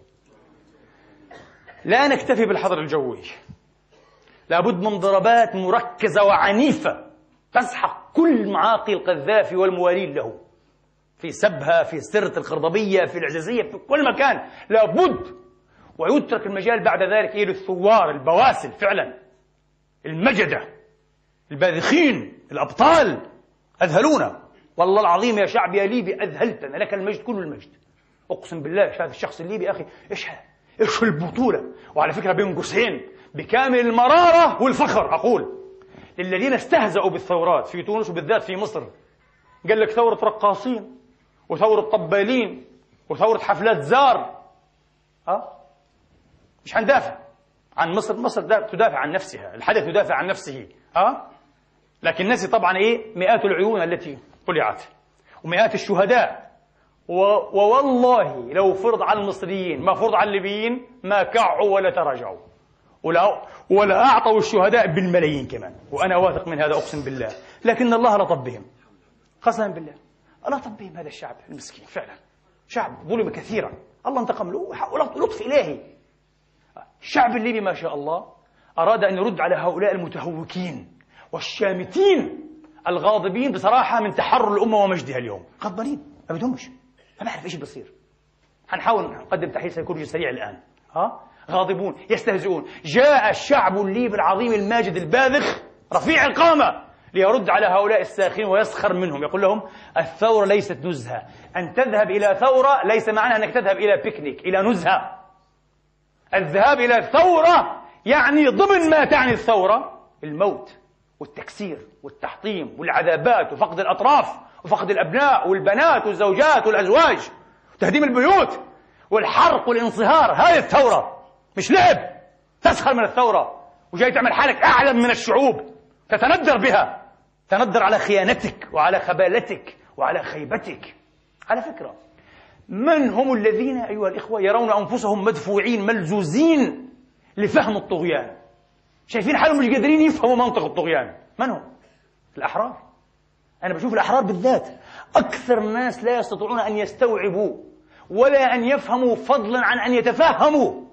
لا نكتفي بالحظر الجوي، لابد من ضربات مركزة وعنيفة تسحق كل معاقي القذافي والموالين له، في سبها، في سرة القرضبية، في العزيزية، في كل مكان لابد. ويترك المجال بعد ذلك للثوار البواسل فعلا، المجدة، الباذخين، الأبطال. أذهلونا والله العظيم يا شعب يا ليبي، أذهلتنا، لك المجد كل المجد. أقسم بالله شايف الشخص الليبي أخي إيش البطولة. وعلى فكرة بين قوسين بكامل المرارة والفخر أقول للذين استهزأوا بالثورات في تونس وبالذات في مصر، قال لك ثورة رقاصين وثورة طبالين وثورة حفلات زار. مش هندافع عن مصر، مصر تدافع عن نفسها، الحدث يدافع عن نفسه. لكن نسي طبعا مئات العيون التي قلعت ومئات الشهداء. ووالله لو فرض على المصريين ما فرض على الليبيين ما كعوا ولا تراجعوا ولا أعطوا الشهداء بالملايين كمان، وأنا واثق من هذا أقسم بالله. لكن الله لطف بهم، قسما بالله لطف بهم هذا الشعب المسكين، فعلا شعب ظلم كثيرا، الله انتقم له لطف إلهي. الشعب الليبي ما شاء الله أراد أن يرد على هؤلاء المتهوكين والشامتين الغاضبين بصراحة من تحرر الأمة ومجدها اليوم، غضبانين ما بدهمش، ما بعرف إيش بصير. هنحاول نقدم تحليل سيكولوجي سريع الآن. غاضبون يستهزئون. جاء الشعب الليبي العظيم الماجد الباذخ رفيع القامة ليرد على هؤلاء الساخرين ويسخر منهم، يقول لهم الثورة ليست نزهة، أن تذهب إلى ثورة ليس معناها أنك تذهب إلى بيكنيك، إلى نزهة. الذهاب إلى الثورة يعني ضمن ما تعني الثورة الموت والتكسير والتحطيم والعذابات وفقد الأطراف وفقد الأبناء والبنات والزوجات والأزواج وتهديم البيوت والحرق والانصهار. هذه الثورة مش لعب تسخر من الثورة وجاي تعمل حالك أعلم من الشعوب تتندر بها، تندر على خيانتك وعلى خبالتك وعلى خيبتك. على فكرة من هم الذين أيها الإخوة يرون أنفسهم مدفوعين ملزوزين لفهم الطغيان، شايفين حالهم مش قادرين يفهموا منطق الطغيان؟ من هم؟ الأحرار. أنا بشوف الأحرار بالذات أكثر الناس لا يستطيعون أن يستوعبوا ولا أن يفهموا، فضلا عن أن يتفهموا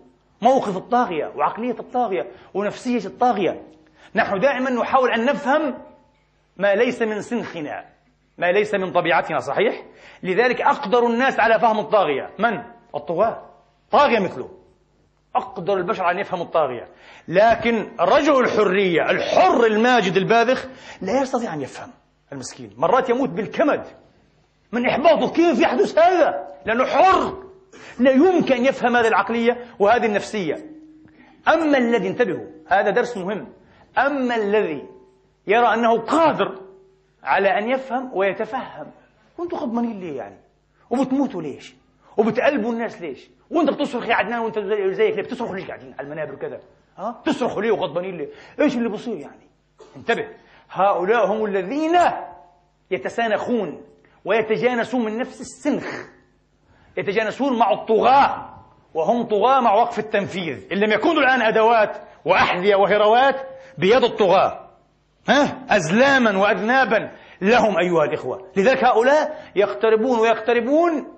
موقف الطاغية وعقلية الطاغية ونفسية الطاغية. نحن دائما نحاول أن نفهم ما ليس من سنخنا، ما ليس من طبيعتنا، صحيح؟ لذلك أقدر الناس على فهم الطاغية من؟ الطغاة. طاغية مثله أقدر البشر أن يفهموا الطاغية، لكن رجل الحرية الحر الماجد الباذخ لا يستطيع أن يفهم المسكين، مرات يموت بالكمد من إحباطه. كيف يحدث هذا؟ لأنه حر، لا يمكن أن يفهم هذه العقلية وهذه النفسية. أما الذي، انتبهوا هذا درس مهم، أما الذي يرى أنه قادر على أن يفهم ويتفهم، وأنتم غضبانين ليه يعني؟ وبتموتوا ليش؟ وبتقلبوا الناس ليش؟ وأنت بتصرخ يا عدنان وأنت زيك ليه؟ بتصرخوا ليش قاعدين على المنابر وكذا؟ بتصرخوا ليه وغضبانين ليه؟ إيش اللي بصير يعني؟ انتبه، هؤلاء هم الذين يتسانخون ويتجانسون من نفس السنخ، يتجانسون مع الطغاة، وهم طغاة مع وقف التنفيذ. إن لم يكونوا الآن أدوات وأحذية وهروات بيد الطغاة، أزلاما وأذنابا لهم أيها الإخوة. لذلك هؤلاء يقتربون ويقتربون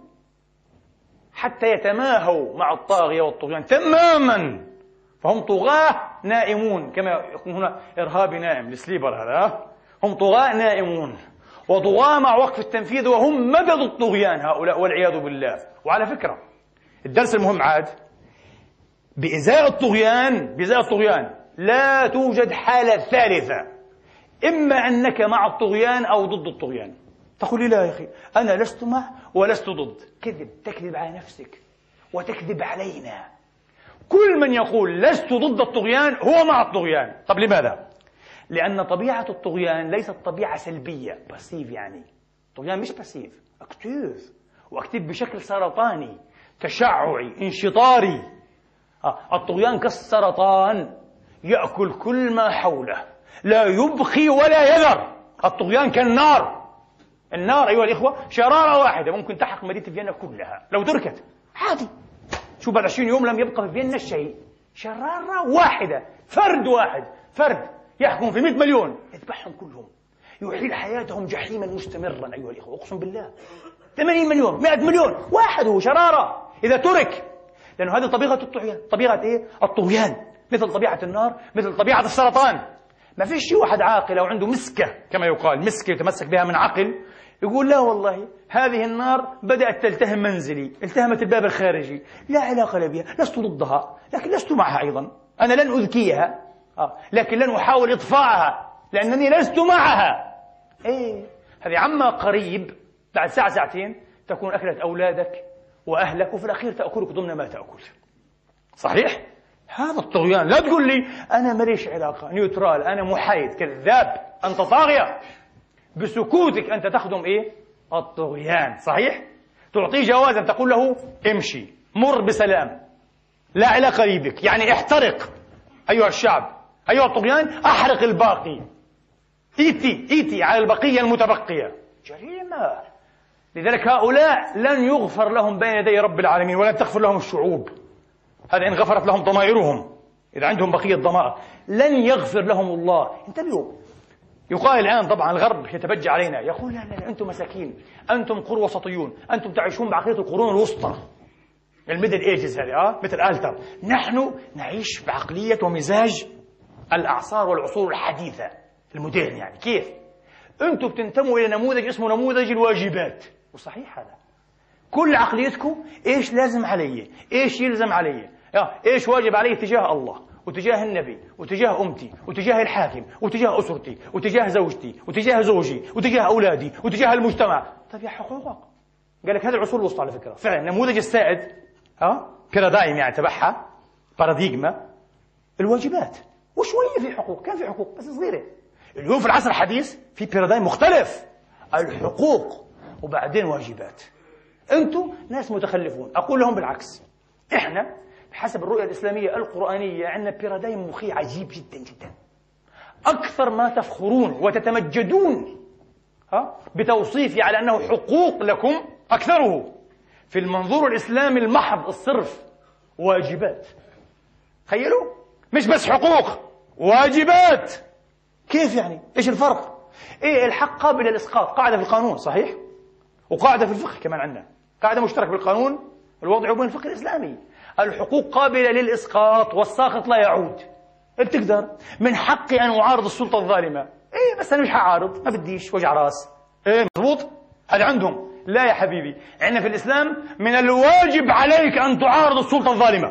حتى يتماهوا مع الطاغية والطغيان تماما، فهم طغاة نائمون، كما يقول هنا إرهابي نائم، السليبر هذا، هم طغاة نائمون وطغاة مع وقف التنفيذ، وهم مدد الطغيان هؤلاء والعياذ بالله. وعلى فكرة الدرس المهم عاد، بإزاء الطغيان لا توجد حالة ثالثة، إما أنك مع الطغيان أو ضد الطغيان. تقول لي لا يا أخي أنا لست مع ولست ضد. كذب، تكذب على نفسك وتكذب علينا. كل من يقول لست ضد الطغيان هو مع الطغيان. طب لماذا؟ لأن طبيعة الطغيان ليست طبيعة سلبية باسيف، يعني الطغيان مش باسيف، أكتيف، وأكتيف بشكل سرطاني تشععي انشطاري. الطغيان كالسرطان يأكل كل ما حوله، لا يبقي ولا يذر. الطغيان كالنار، النار أيها الإخوة شرارة واحدة ممكن تحرق مدينة فيينا كلها لو تركت عادي. شوف بعد 20 يوم لم يبقى في فيينا شيء، شرارة واحدة، فرد يحكم في 100 مليون يذبحهم كلهم، يحيل حياتهم جحيما مستمرا أيها الإخوة، أقسم بالله. 80 مليون 100 مليون واحد هو شرارة إذا ترك، لأنه هذه طبيعة الطغيان. طبيعة إيه؟ الطغيان مثل طبيعة النار، مثل طبيعة السرطان. ما فيش واحد عاقل أو عنده مسكة كما يقال، مسكة يتمسك بها من عقل، يقول لا والله هذه النار بدأت تلتهم منزلي، التهمت الباب الخارجي، لا علاقة لي بها، لست ضدها لكن لست معها أيضا، أنا لن أذكيها لكن لن أحاول إطفاءها لأنني لست معها. إيه هذه عما قريب بعد ساعة ساعتين تكون أكلت أولادك وأهلك، وفي الأخير تأكلك ضمن ما تأكل. صحيح؟ هذا الطغيان. لا تقول لي أنا ماليش علاقة، نيوترال، أنا محايد. كذاب، أنت طاغية. بسكوتك أنت تخدم إيه؟ الطغيان. صحيح؟ تعطيه جوازا تقول له امشي، مر بسلام، لا علاقة لي بك، يعني احترق أيها الشعب، أيها الطغيان، أحرق الباقي، إيتي على البقية المتبقية. جريمة. لذلك هؤلاء لن يغفر لهم بين يدي رب العالمين، ولن تغفر لهم الشعوب. هذا إن غفرت لهم ضمائرهم، إذا عندهم بقية ضمائر لن يغفر لهم الله. انتبهوا، يقال الآن طبعا الغرب يتبجى علينا، يقول لا أنتم مساكين، أنتم قرى وسطيون، أنتم تعيشون بعقلية القرون الوسطى، الميدل ايجز هذه مثل آلتر. نحن نعيش بعقلية ومزاج الأعصار والعصور الحديثة المودرن. يعني كيف؟ أنتم بتنتموا إلى نموذج اسمه نموذج الواجبات، وصحيح هذا. كل عقليتكم إيش لازم علي، إيش يلزم علي، إيش واجب علي تجاه الله وتجاه النبي وتجاه أمتي وتجاه الحاكم وتجاه أسرتي وتجاه زوجتي وتجاه زوجي وتجاه أولادي وتجاه المجتمع. طيب يا حقوقك. قال لك هذا العصور الوسطى على فكرة فعلا نموذج السائد بارادايم يعني تبعها باراديغما الواجبات، وشوية في حقوق، كان في حقوق بس صغيرة. اليوم في العصر الحديث في بارادايم مختلف، الحقوق وبعدين واجبات. أنتم ناس متخلفون. أقول لهم بالعكس، إحنا بحسب الرؤية الإسلامية القرآنية عندنا بارادايم مخي عجيب جدا جدا. أكثر ما تفخرون وتتمجدون بتوصيفي على أنه حقوق لكم أكثره في المنظور الإسلامي المحض الصرف واجبات. تخيلوا، مش بس حقوق، واجبات. كيف يعني؟ إيش الفرق؟ إيه الحق قابل للإسقاط، قاعدة في القانون صحيح، وقاعدة في الفقه كمان عندنا، قاعدة مشتركة بالقانون الوضعي وبين الفقه الإسلامي. الحقوق قابلة للإسقاط والساقط لا يعود. بتقدر من حقي أن أعارض السلطة الظالمة، إيه بس أنا مش هعارض، ما بديش وجع راس. إيه مضبوط؟ هذا عندهم. لا يا حبيبي، عندنا في الإسلام من الواجب عليك أن تعارض السلطة الظالمة.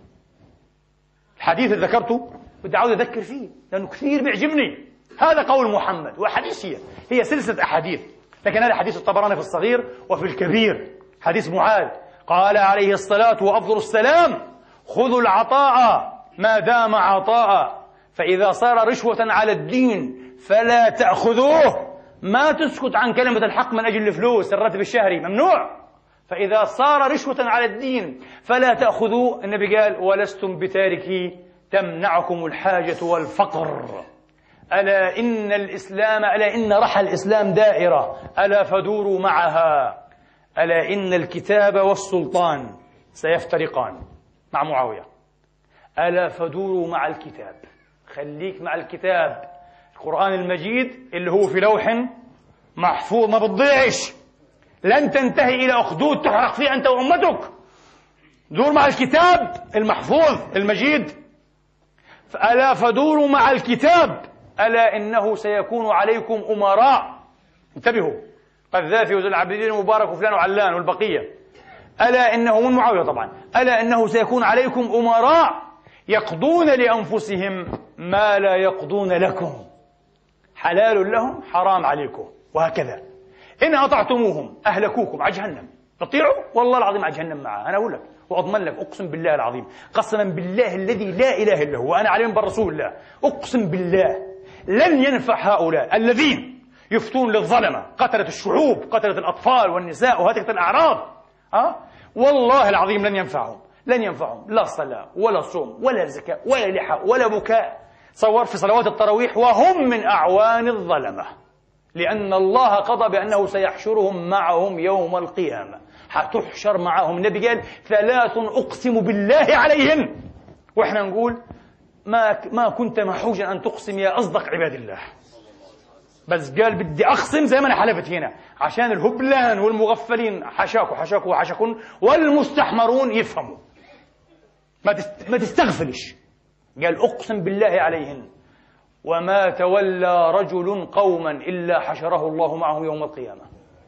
الحديث اللي ذكرته بدي أعود أذكر فيه لأنه كثير بيعجبني. هذا قول محمد، وحديث هي سلسلة أحاديث، لكن هذا حديث الطبراني في الصغير وفي الكبير. حديث معاذ قال عليه الصلاة وأفضل السلام: خذوا العطاء ما دام عطاء، فإذا صار رشوة على الدين فلا تأخذوه. ما تسكت عن كلمة الحق من أجل الفلوس، الراتب الشهري ممنوع. فإذا صار رشوة على الدين فلا تأخذوه. النبي قال: ولستم بتاركي تمنعكم الحاجة والفقر. ألا إن رحى الإسلام دائرة، ألا فدوروا معها. ألا إن الكتاب والسلطان سيفترقان مع معاوية. ألا فدوروا مع الكتاب، خليك مع الكتاب، القرآن المجيد اللي هو في لوح محفوظ ما بتضيعش، لن تنتهي إلى أخدود تحرق فيه أنت وأمتك. دور مع الكتاب المحفوظ المجيد. ألا فدوروا مع الكتاب، ألا إنه سيكون عليكم أمراء. انتبهوا، قذافي وزين العابدين ومبارك وفلان وعلان والبقية. ألا إنه من معاوية طبعا. ألا إنه سيكون عليكم أمراء يقضون لأنفسهم ما لا يقضون لكم، حلال لهم حرام عليكم، وهكذا. إن أطعتموهم أهلكوكم على جهنم. تطيعوا والله العظيم على جهنم معه. أنا أقول لك وأضمن لك، أقسم بالله العظيم، قسما بالله الذي لا إله إلا هو، وأنا عليهم بالرسول الله، أقسم بالله لن ينفع هؤلاء الذين يفتون للظلمة، قتلة الشعوب، قتلة الأطفال والنساء وهتكة الأعراض، والله العظيم لن ينفعهم لا صلاة ولا صوم ولا زكاة ولا لحى ولا بكاء. صور في صلوات التراويح وهم من أعوان الظلمة، لأن الله قضى بأنه سيحشرهم معهم يوم القيامة. هتحشر معهم. النبي قال: 3 أقسم بالله عليهن. وإحنا نقول ما كنت محوجا أن تقسم يا أصدق عباد الله، بس قال بدي أقسم زي ما أنا حلفت هنا، عشان الهبلان والمغفلين حشاكوا وحشكن والمستحمرون يفهموا. ما تستغفلش. قال: أقسم بالله عليهن. وما تولى رجل قوما إلا حشره الله معه يوم القيامة.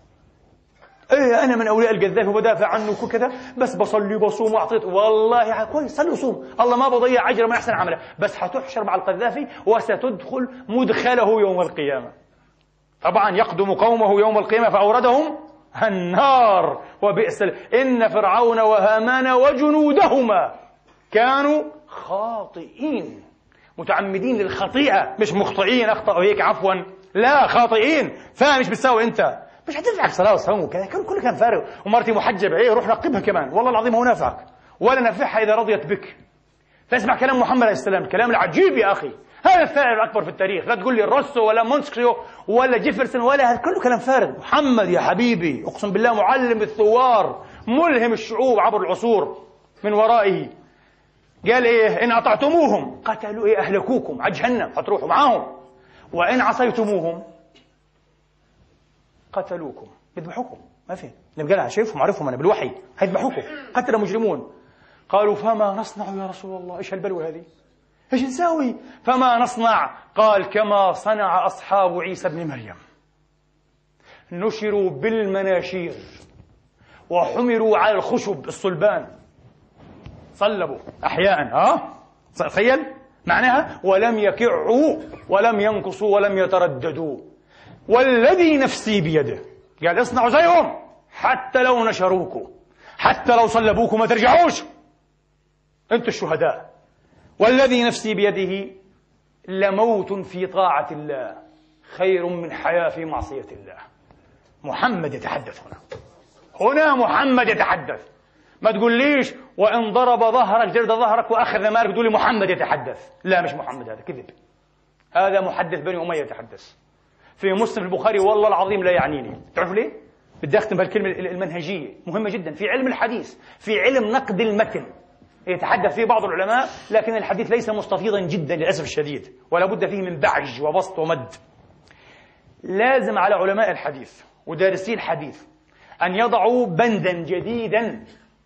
إيه أنا من أولياء القذافي وبدافع عنه وكذا، بس بصلي وبصوم وأعطيت، والله كويس صلي وصوم، الله ما بضيع أجر من أحسن عمله، بس حتحشر مع القذافي وستدخل مدخله يوم القيامة. طبعا يقدم قومه يوم القيامة فأوردهم النار وبئس إن فرعون وهامان وجنودهما كانوا خاطئين، متعمدين للخطيئة، مش مخطئين أخطأوا هيك عفوا، لا خاطئين. فاهم مش بتساوي أنت، مش هتنفعك صلاة وصوم وكذا، كله كان فارغ. ومرتي محجبة، روح نقبها كمان، والله العظيم هو نافعك ولا نفعها إذا رضيت بك. فاسمع كلام محمد عليه السلام، كلام العجيب يا أخي. هذا الثائر الأكبر في التاريخ. لا تقول لي روسو ولا مونسكيو ولا جيفرسون ولا هذا كله كلام فارغ. محمد يا حبيبي أقسم بالله معلم الثوار، ملهم الشعوب عبر العصور من ورائه. قال إيه؟ إن أطعتموهم قتلوا أهلكوكم على جهنم، هتروحوا معاهم. وإن عصيتموهم قتلوكم، بيذبحوكم. ما في نبي قال شايفهم عارفهم أنا بالوحي، هيذبحوكم، قتل مجرمون. قالوا: فما نصنع يا رسول الله؟ إيش هالبلوى هذه؟ إيش نساوي؟ فما نصنع؟ قال: كما صنع أصحاب عيسى بن مريم، نشروا بالمناشير وحمروا على الخشب الصلبان، صلبوا أحياء. تخيل معناها، ولم يكعوا ولم ينقصوا ولم يترددوا. والذي نفسي بيده، قال: اصنعوا زيهم حتى لو نشروكم، حتى لو صلبوكم ما ترجعوش، أنتم الشهداء. والذي نفسي بيده لموت في طاعة الله خير من حياة في معصية الله. محمد يتحدث هنا محمد يتحدث. ما تقوليش وإن ضرب ظهرك جلد ظهرك وأخذ مالك تقول لي محمد يتحدث. لا مش محمد، هذا كذب، هذا محدث بني أمية يتحدث. في مسلم البخاري والله العظيم لا يعنيني. تعرفوا ليه؟ بدي أختم بهالكلمة المنهجية مهمة جدا في علم الحديث، في علم نقد المتن يتحدث فيه بعض العلماء، لكن الحديث ليس مستفيضا جدا للأسف الشديد، ولا بد فيه من بعج وبسط ومد. لازم على علماء الحديث ودارسي الحديث أن يضعوا بندا جديدا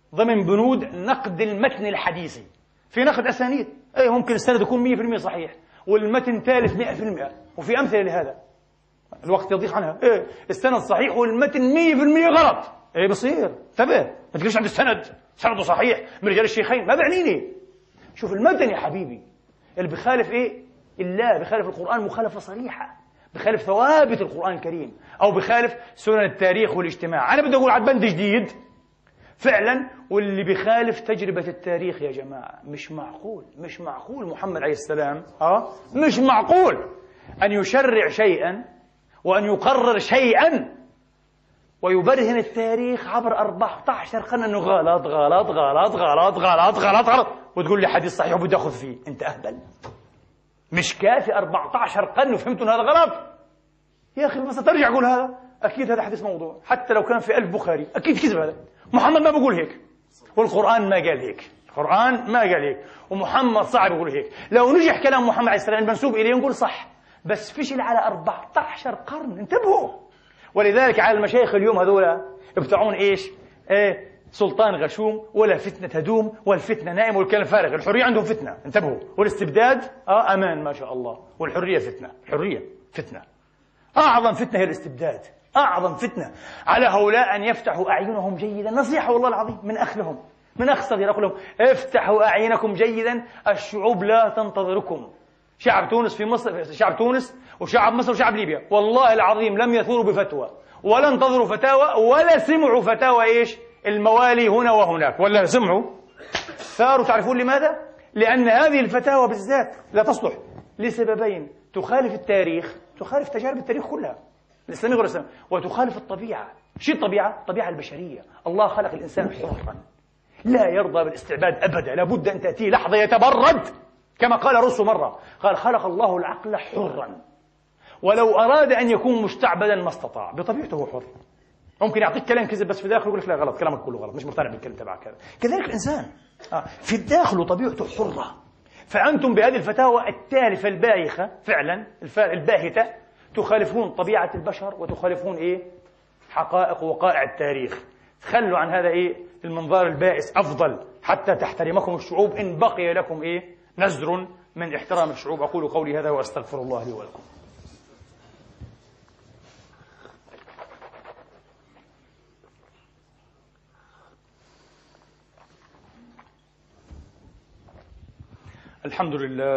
ضمن بنود نقد المتن الحديثي. في نقد أسانيد، ممكن السند يكون 100% صحيح والمتن ثالث 100%، وفي أمثلة لهذا الوقت يضيق عنها. السند صحيح والمتن 100% غلط. بصير انتبه، ما تقولش عند السند سنده صحيح من رجال الشيخين، ما بعنيني. شوف المتن يا حبيبي، اللي بخالف الله، بخالف القرآن مخالفة صريحة، بخالف ثوابت القرآن الكريم، أو بخالف سنن التاريخ والاجتماع. أنا بدي أقول عاد بند جديد فعلا، واللي بخالف تجربة التاريخ يا جماعة. مش معقول محمد عليه السلام مش معقول أن يشرع شيئا وأن يقرر شيئا ويبرهن التاريخ عبر 14 قرن أنه غلط غلط غلط غلط غلط غلط غلط، وتقول لي حديث صحيح وبدي أخذ فيه. أنت أهبل. مش كافي 14 قرن وفهمتوا أن هذا غلط؟ يا أخي بس ترجع قول هذا، أكيد هذا حديث موضوع، حتى لو كان في 1000 بخاري أكيد كذب هذا. محمد ما بقول هيك، والقرآن ما قال هيك، القرآن ما قال هيك، ومحمد صعب يقول هيك. لو نجح كلام محمد عليه السلام المنسوب إليه نقول صح، بس فشل على 14 قرن. انتبهوا. ولذلك على المشايخ اليوم هذولا يبتعون سلطان غشوم، ولا فتنة تدوم، والفتنة نائم، والكلام فارغ. الحرية عندهم فتنة، انتبهوا. والاستبداد أمان ما شاء الله، والحرية فتنة. الحرية فتنة. أعظم فتنة هي الاستبداد، أعظم فتنة على هؤلاء أن يفتحوا أعينهم جيدا. نصيحة والله العظيم من أخ لهم، من أخ صغير، أقول لهم افتحوا أعينكم جيدا، الشعوب لا تنتظركم. شعب تونس في مصر، شعب تونس وشعب مصر وشعب ليبيا والله العظيم لم يثوروا بفتوى ولا انتظروا فتاوى ولا سمعوا فتاوى الموالي هنا وهناك، ولا سمعوا. ثاروا. تعرفون لماذا؟ لأن هذه الفتاوى بالذات لا تصلح لسببين: تخالف التاريخ، تخالف تجارب التاريخ كلها الإسلامي غير الإسلامي، وتخالف الطبيعة. شو الطبيعة؟ الطبيعة البشرية. الله خلق الإنسان حرا لا يرضى بالاستعباد أبدا، لابد أن تأتيه لحظة يتبرد، كما قال روسو مرة، قال خلق الله العقل حرا، ولو أراد أن يكون مستعبدا ما استطاع، بطبيعته هو حر. ممكن يعطيك كلام كذب بس في داخله يقول لك لا غلط، كلامك كله غلط، مش مقتنع بالكلام تبعك هذا. كذلك الإنسان في الداخل طبيعته حرة. فأنتم بهذه الفتاوى التالفة البايخة فعلا الباهتة تخالفون طبيعة البشر وتخالفون حقائق ووقائع التاريخ. تخلوا عن هذا المنظار البائس أفضل حتى تحترمكم الشعوب، إن بقي لكم نزر من احترام الشعوب. أقول قولي هذا وأستغفر الله لي ولكم. الحمد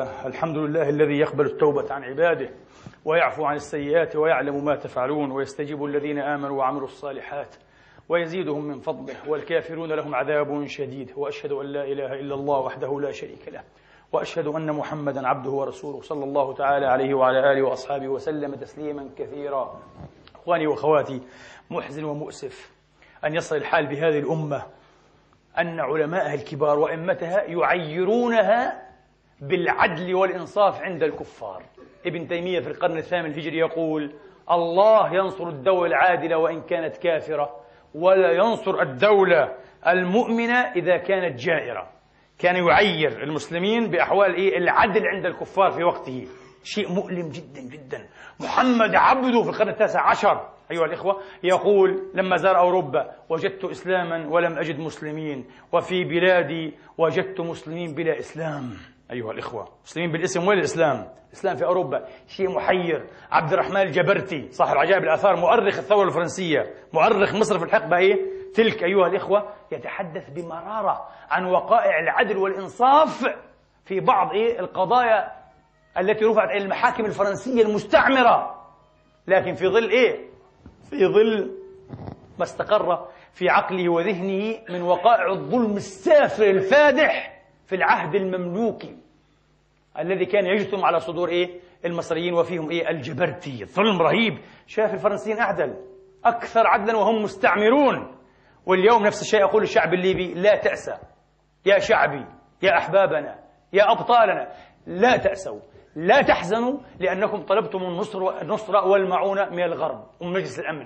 لله الذي يقبل التوبة عن عباده ويعفو عن السيئات ويعلم ما تفعلون ويستجيب الذين آمنوا وعملوا الصالحات ويزيدهم من فضله والكافرون لهم عذاب شديد. وأشهد أن لا إله إلا الله وحده لا شريك له، وأشهد أن محمدا عبده ورسوله صلى الله تعالى عليه وعلى آله وأصحابه وسلم تسليما كثيرا. أخواني وأخواتي، محزن ومؤسف أن يصل الحال بهذه الأمة أن علماءها الكبار وأئمتها يعيرونها بالعدل والإنصاف عند الكفار. ابن تيمية في القرن الثامن الهجري يقول: الله ينصر الدولة العادلة وإن كانت كافرة، ولا ينصر الدولة المؤمنة إذا كانت جائرة. كان يعير المسلمين بأحوال العدل عند الكفار في وقته. شيء مؤلم جدا جدا. محمد عبده في القرن التاسع عشر أيها الإخوة يقول لما زار أوروبا: وجدت إسلاما ولم أجد مسلمين، وفي بلادي وجدت مسلمين بلا إسلام. أيها الإخوة، مسلمين بالاسم ولا الإسلام؟ الإسلام في أوروبا شيء محير. عبد الرحمن الجبرتي صاحب عجائب الآثار، مؤرخ الثورة الفرنسية، مؤرخ مصر في الحقبة تلك أيها الإخوة، يتحدث بمرارة عن وقائع العدل والإنصاف في بعض القضايا التي رفعت إلى المحاكم الفرنسية المستعمرة، لكن في ظل في ظل ما استقر في عقله وذهنه من وقائع الظلم السافر الفادح في العهد المملوكي الذي كان يجثم على صدور المصريين، وفيهم الجبرتي. ظلم رهيب. شاف الفرنسيين أعدل أكثر عدلا وهم مستعمرون. واليوم نفس الشيء يقول الشعب الليبي: لا تأسى يا شعبي، يا أحبابنا، يا أبطالنا، لا تأسوا، لا تحزنوا، لأنكم طلبتم النصر والمعونة من الغرب ومن مجلس الأمن.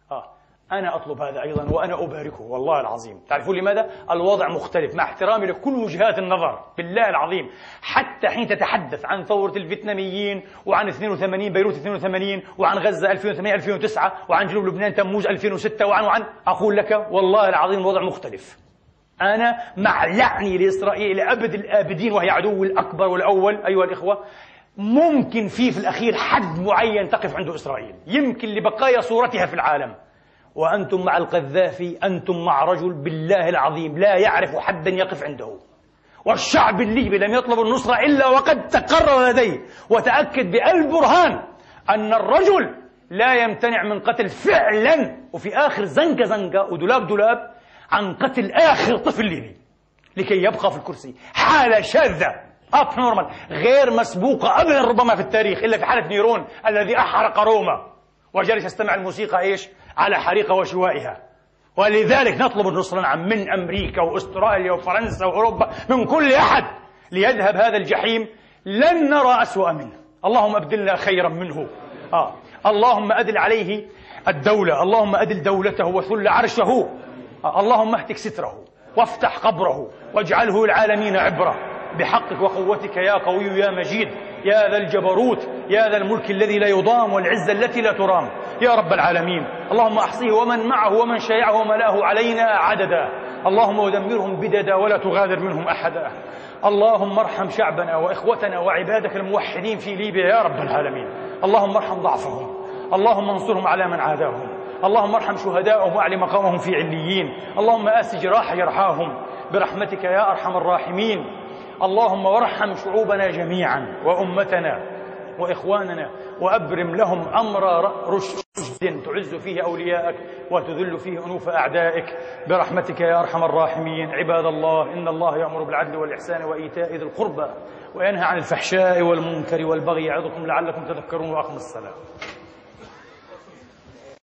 أنا أطلب هذا أيضا وأنا أباركه والله العظيم. تعرفون لماذا؟ الوضع مختلف، مع احترامي لكل وجهات النظر بالله العظيم. حتى حين تتحدث عن ثورة الفيتناميين وعن 82 بيروت 82 وعن غزة 2008 2009 وعن جنوب لبنان تموز 2006 وعن أقول لك والله العظيم الوضع مختلف. أنا مع لعني لإسرائيل إلى أبد الآبدين، وهي عدو الأكبر والأول. أيها الإخوة، ممكن في الأخير حد معين تقف عنده إسرائيل، يمكن لبقايا صورتها في العالم. وأنتم مع القذافي، أنتم مع رجل بالله العظيم لا يعرف حدا يقف عنده. والشعب الليبي لم يطلب النصرة إلا وقد تقرر لديه وتأكد بألف برهان أن الرجل لا يمتنع من قتل فعلا، وفي آخر زنقة ودولاب عن قتل آخر طفل ليبي لكي يبقى في الكرسي. حالة شاذة نورمال غير مسبوقة أبدا ربما في التاريخ، إلا في حالة نيرون الذي أحرق روما وجلس يستمع الموسيقى على حريقة وشوائها. ولذلك نطلب النصر من أمريكا وأستراليا وفرنسا وأوروبا، من كل أحد ليذهب هذا الجحيم. لن نرى أسوأ منه. اللهم أبدلنا خيرا منه. اللهم أدل عليه الدولة، اللهم أدل دولته وثل عرشه. اللهم اهتك ستره وافتح قبره واجعله العالمين عبرة بحقك وقوتك يا قوي يا مجيد يا ذا الجبروت يا ذا الملك الذي لا يضام والعزة التي لا ترام يا رب العالمين. اللهم أحصيه ومن معه ومن شيعه وملاه علينا عددا. اللهم ودمرهم بددا ولا تغادر منهم أحدا. اللهم ارحم شعبنا وإخوتنا وعبادك الموحدين في ليبيا يا رب العالمين. اللهم ارحم ضعفهم، اللهم انصرهم على من عاداهم، اللهم ارحم شهداءهم واعل مقامهم في عليين، اللهم آس جراح جرحاهم برحمتك يا أرحم الراحمين. اللهم وارحم شعوبنا جميعا وأمتنا وإخواننا وأبرم لهم أمر رشد تعز فيه أولياءك وتذل فيه أنوف أعدائك برحمتك يا أرحم الراحمين. عباد الله، إن الله يأمر بالعدل والإحسان وإيتاء ذي القربى وينهى عن الفحشاء والمنكر والبغي يعظكم لعلكم تذكرون وأقم الصلاة.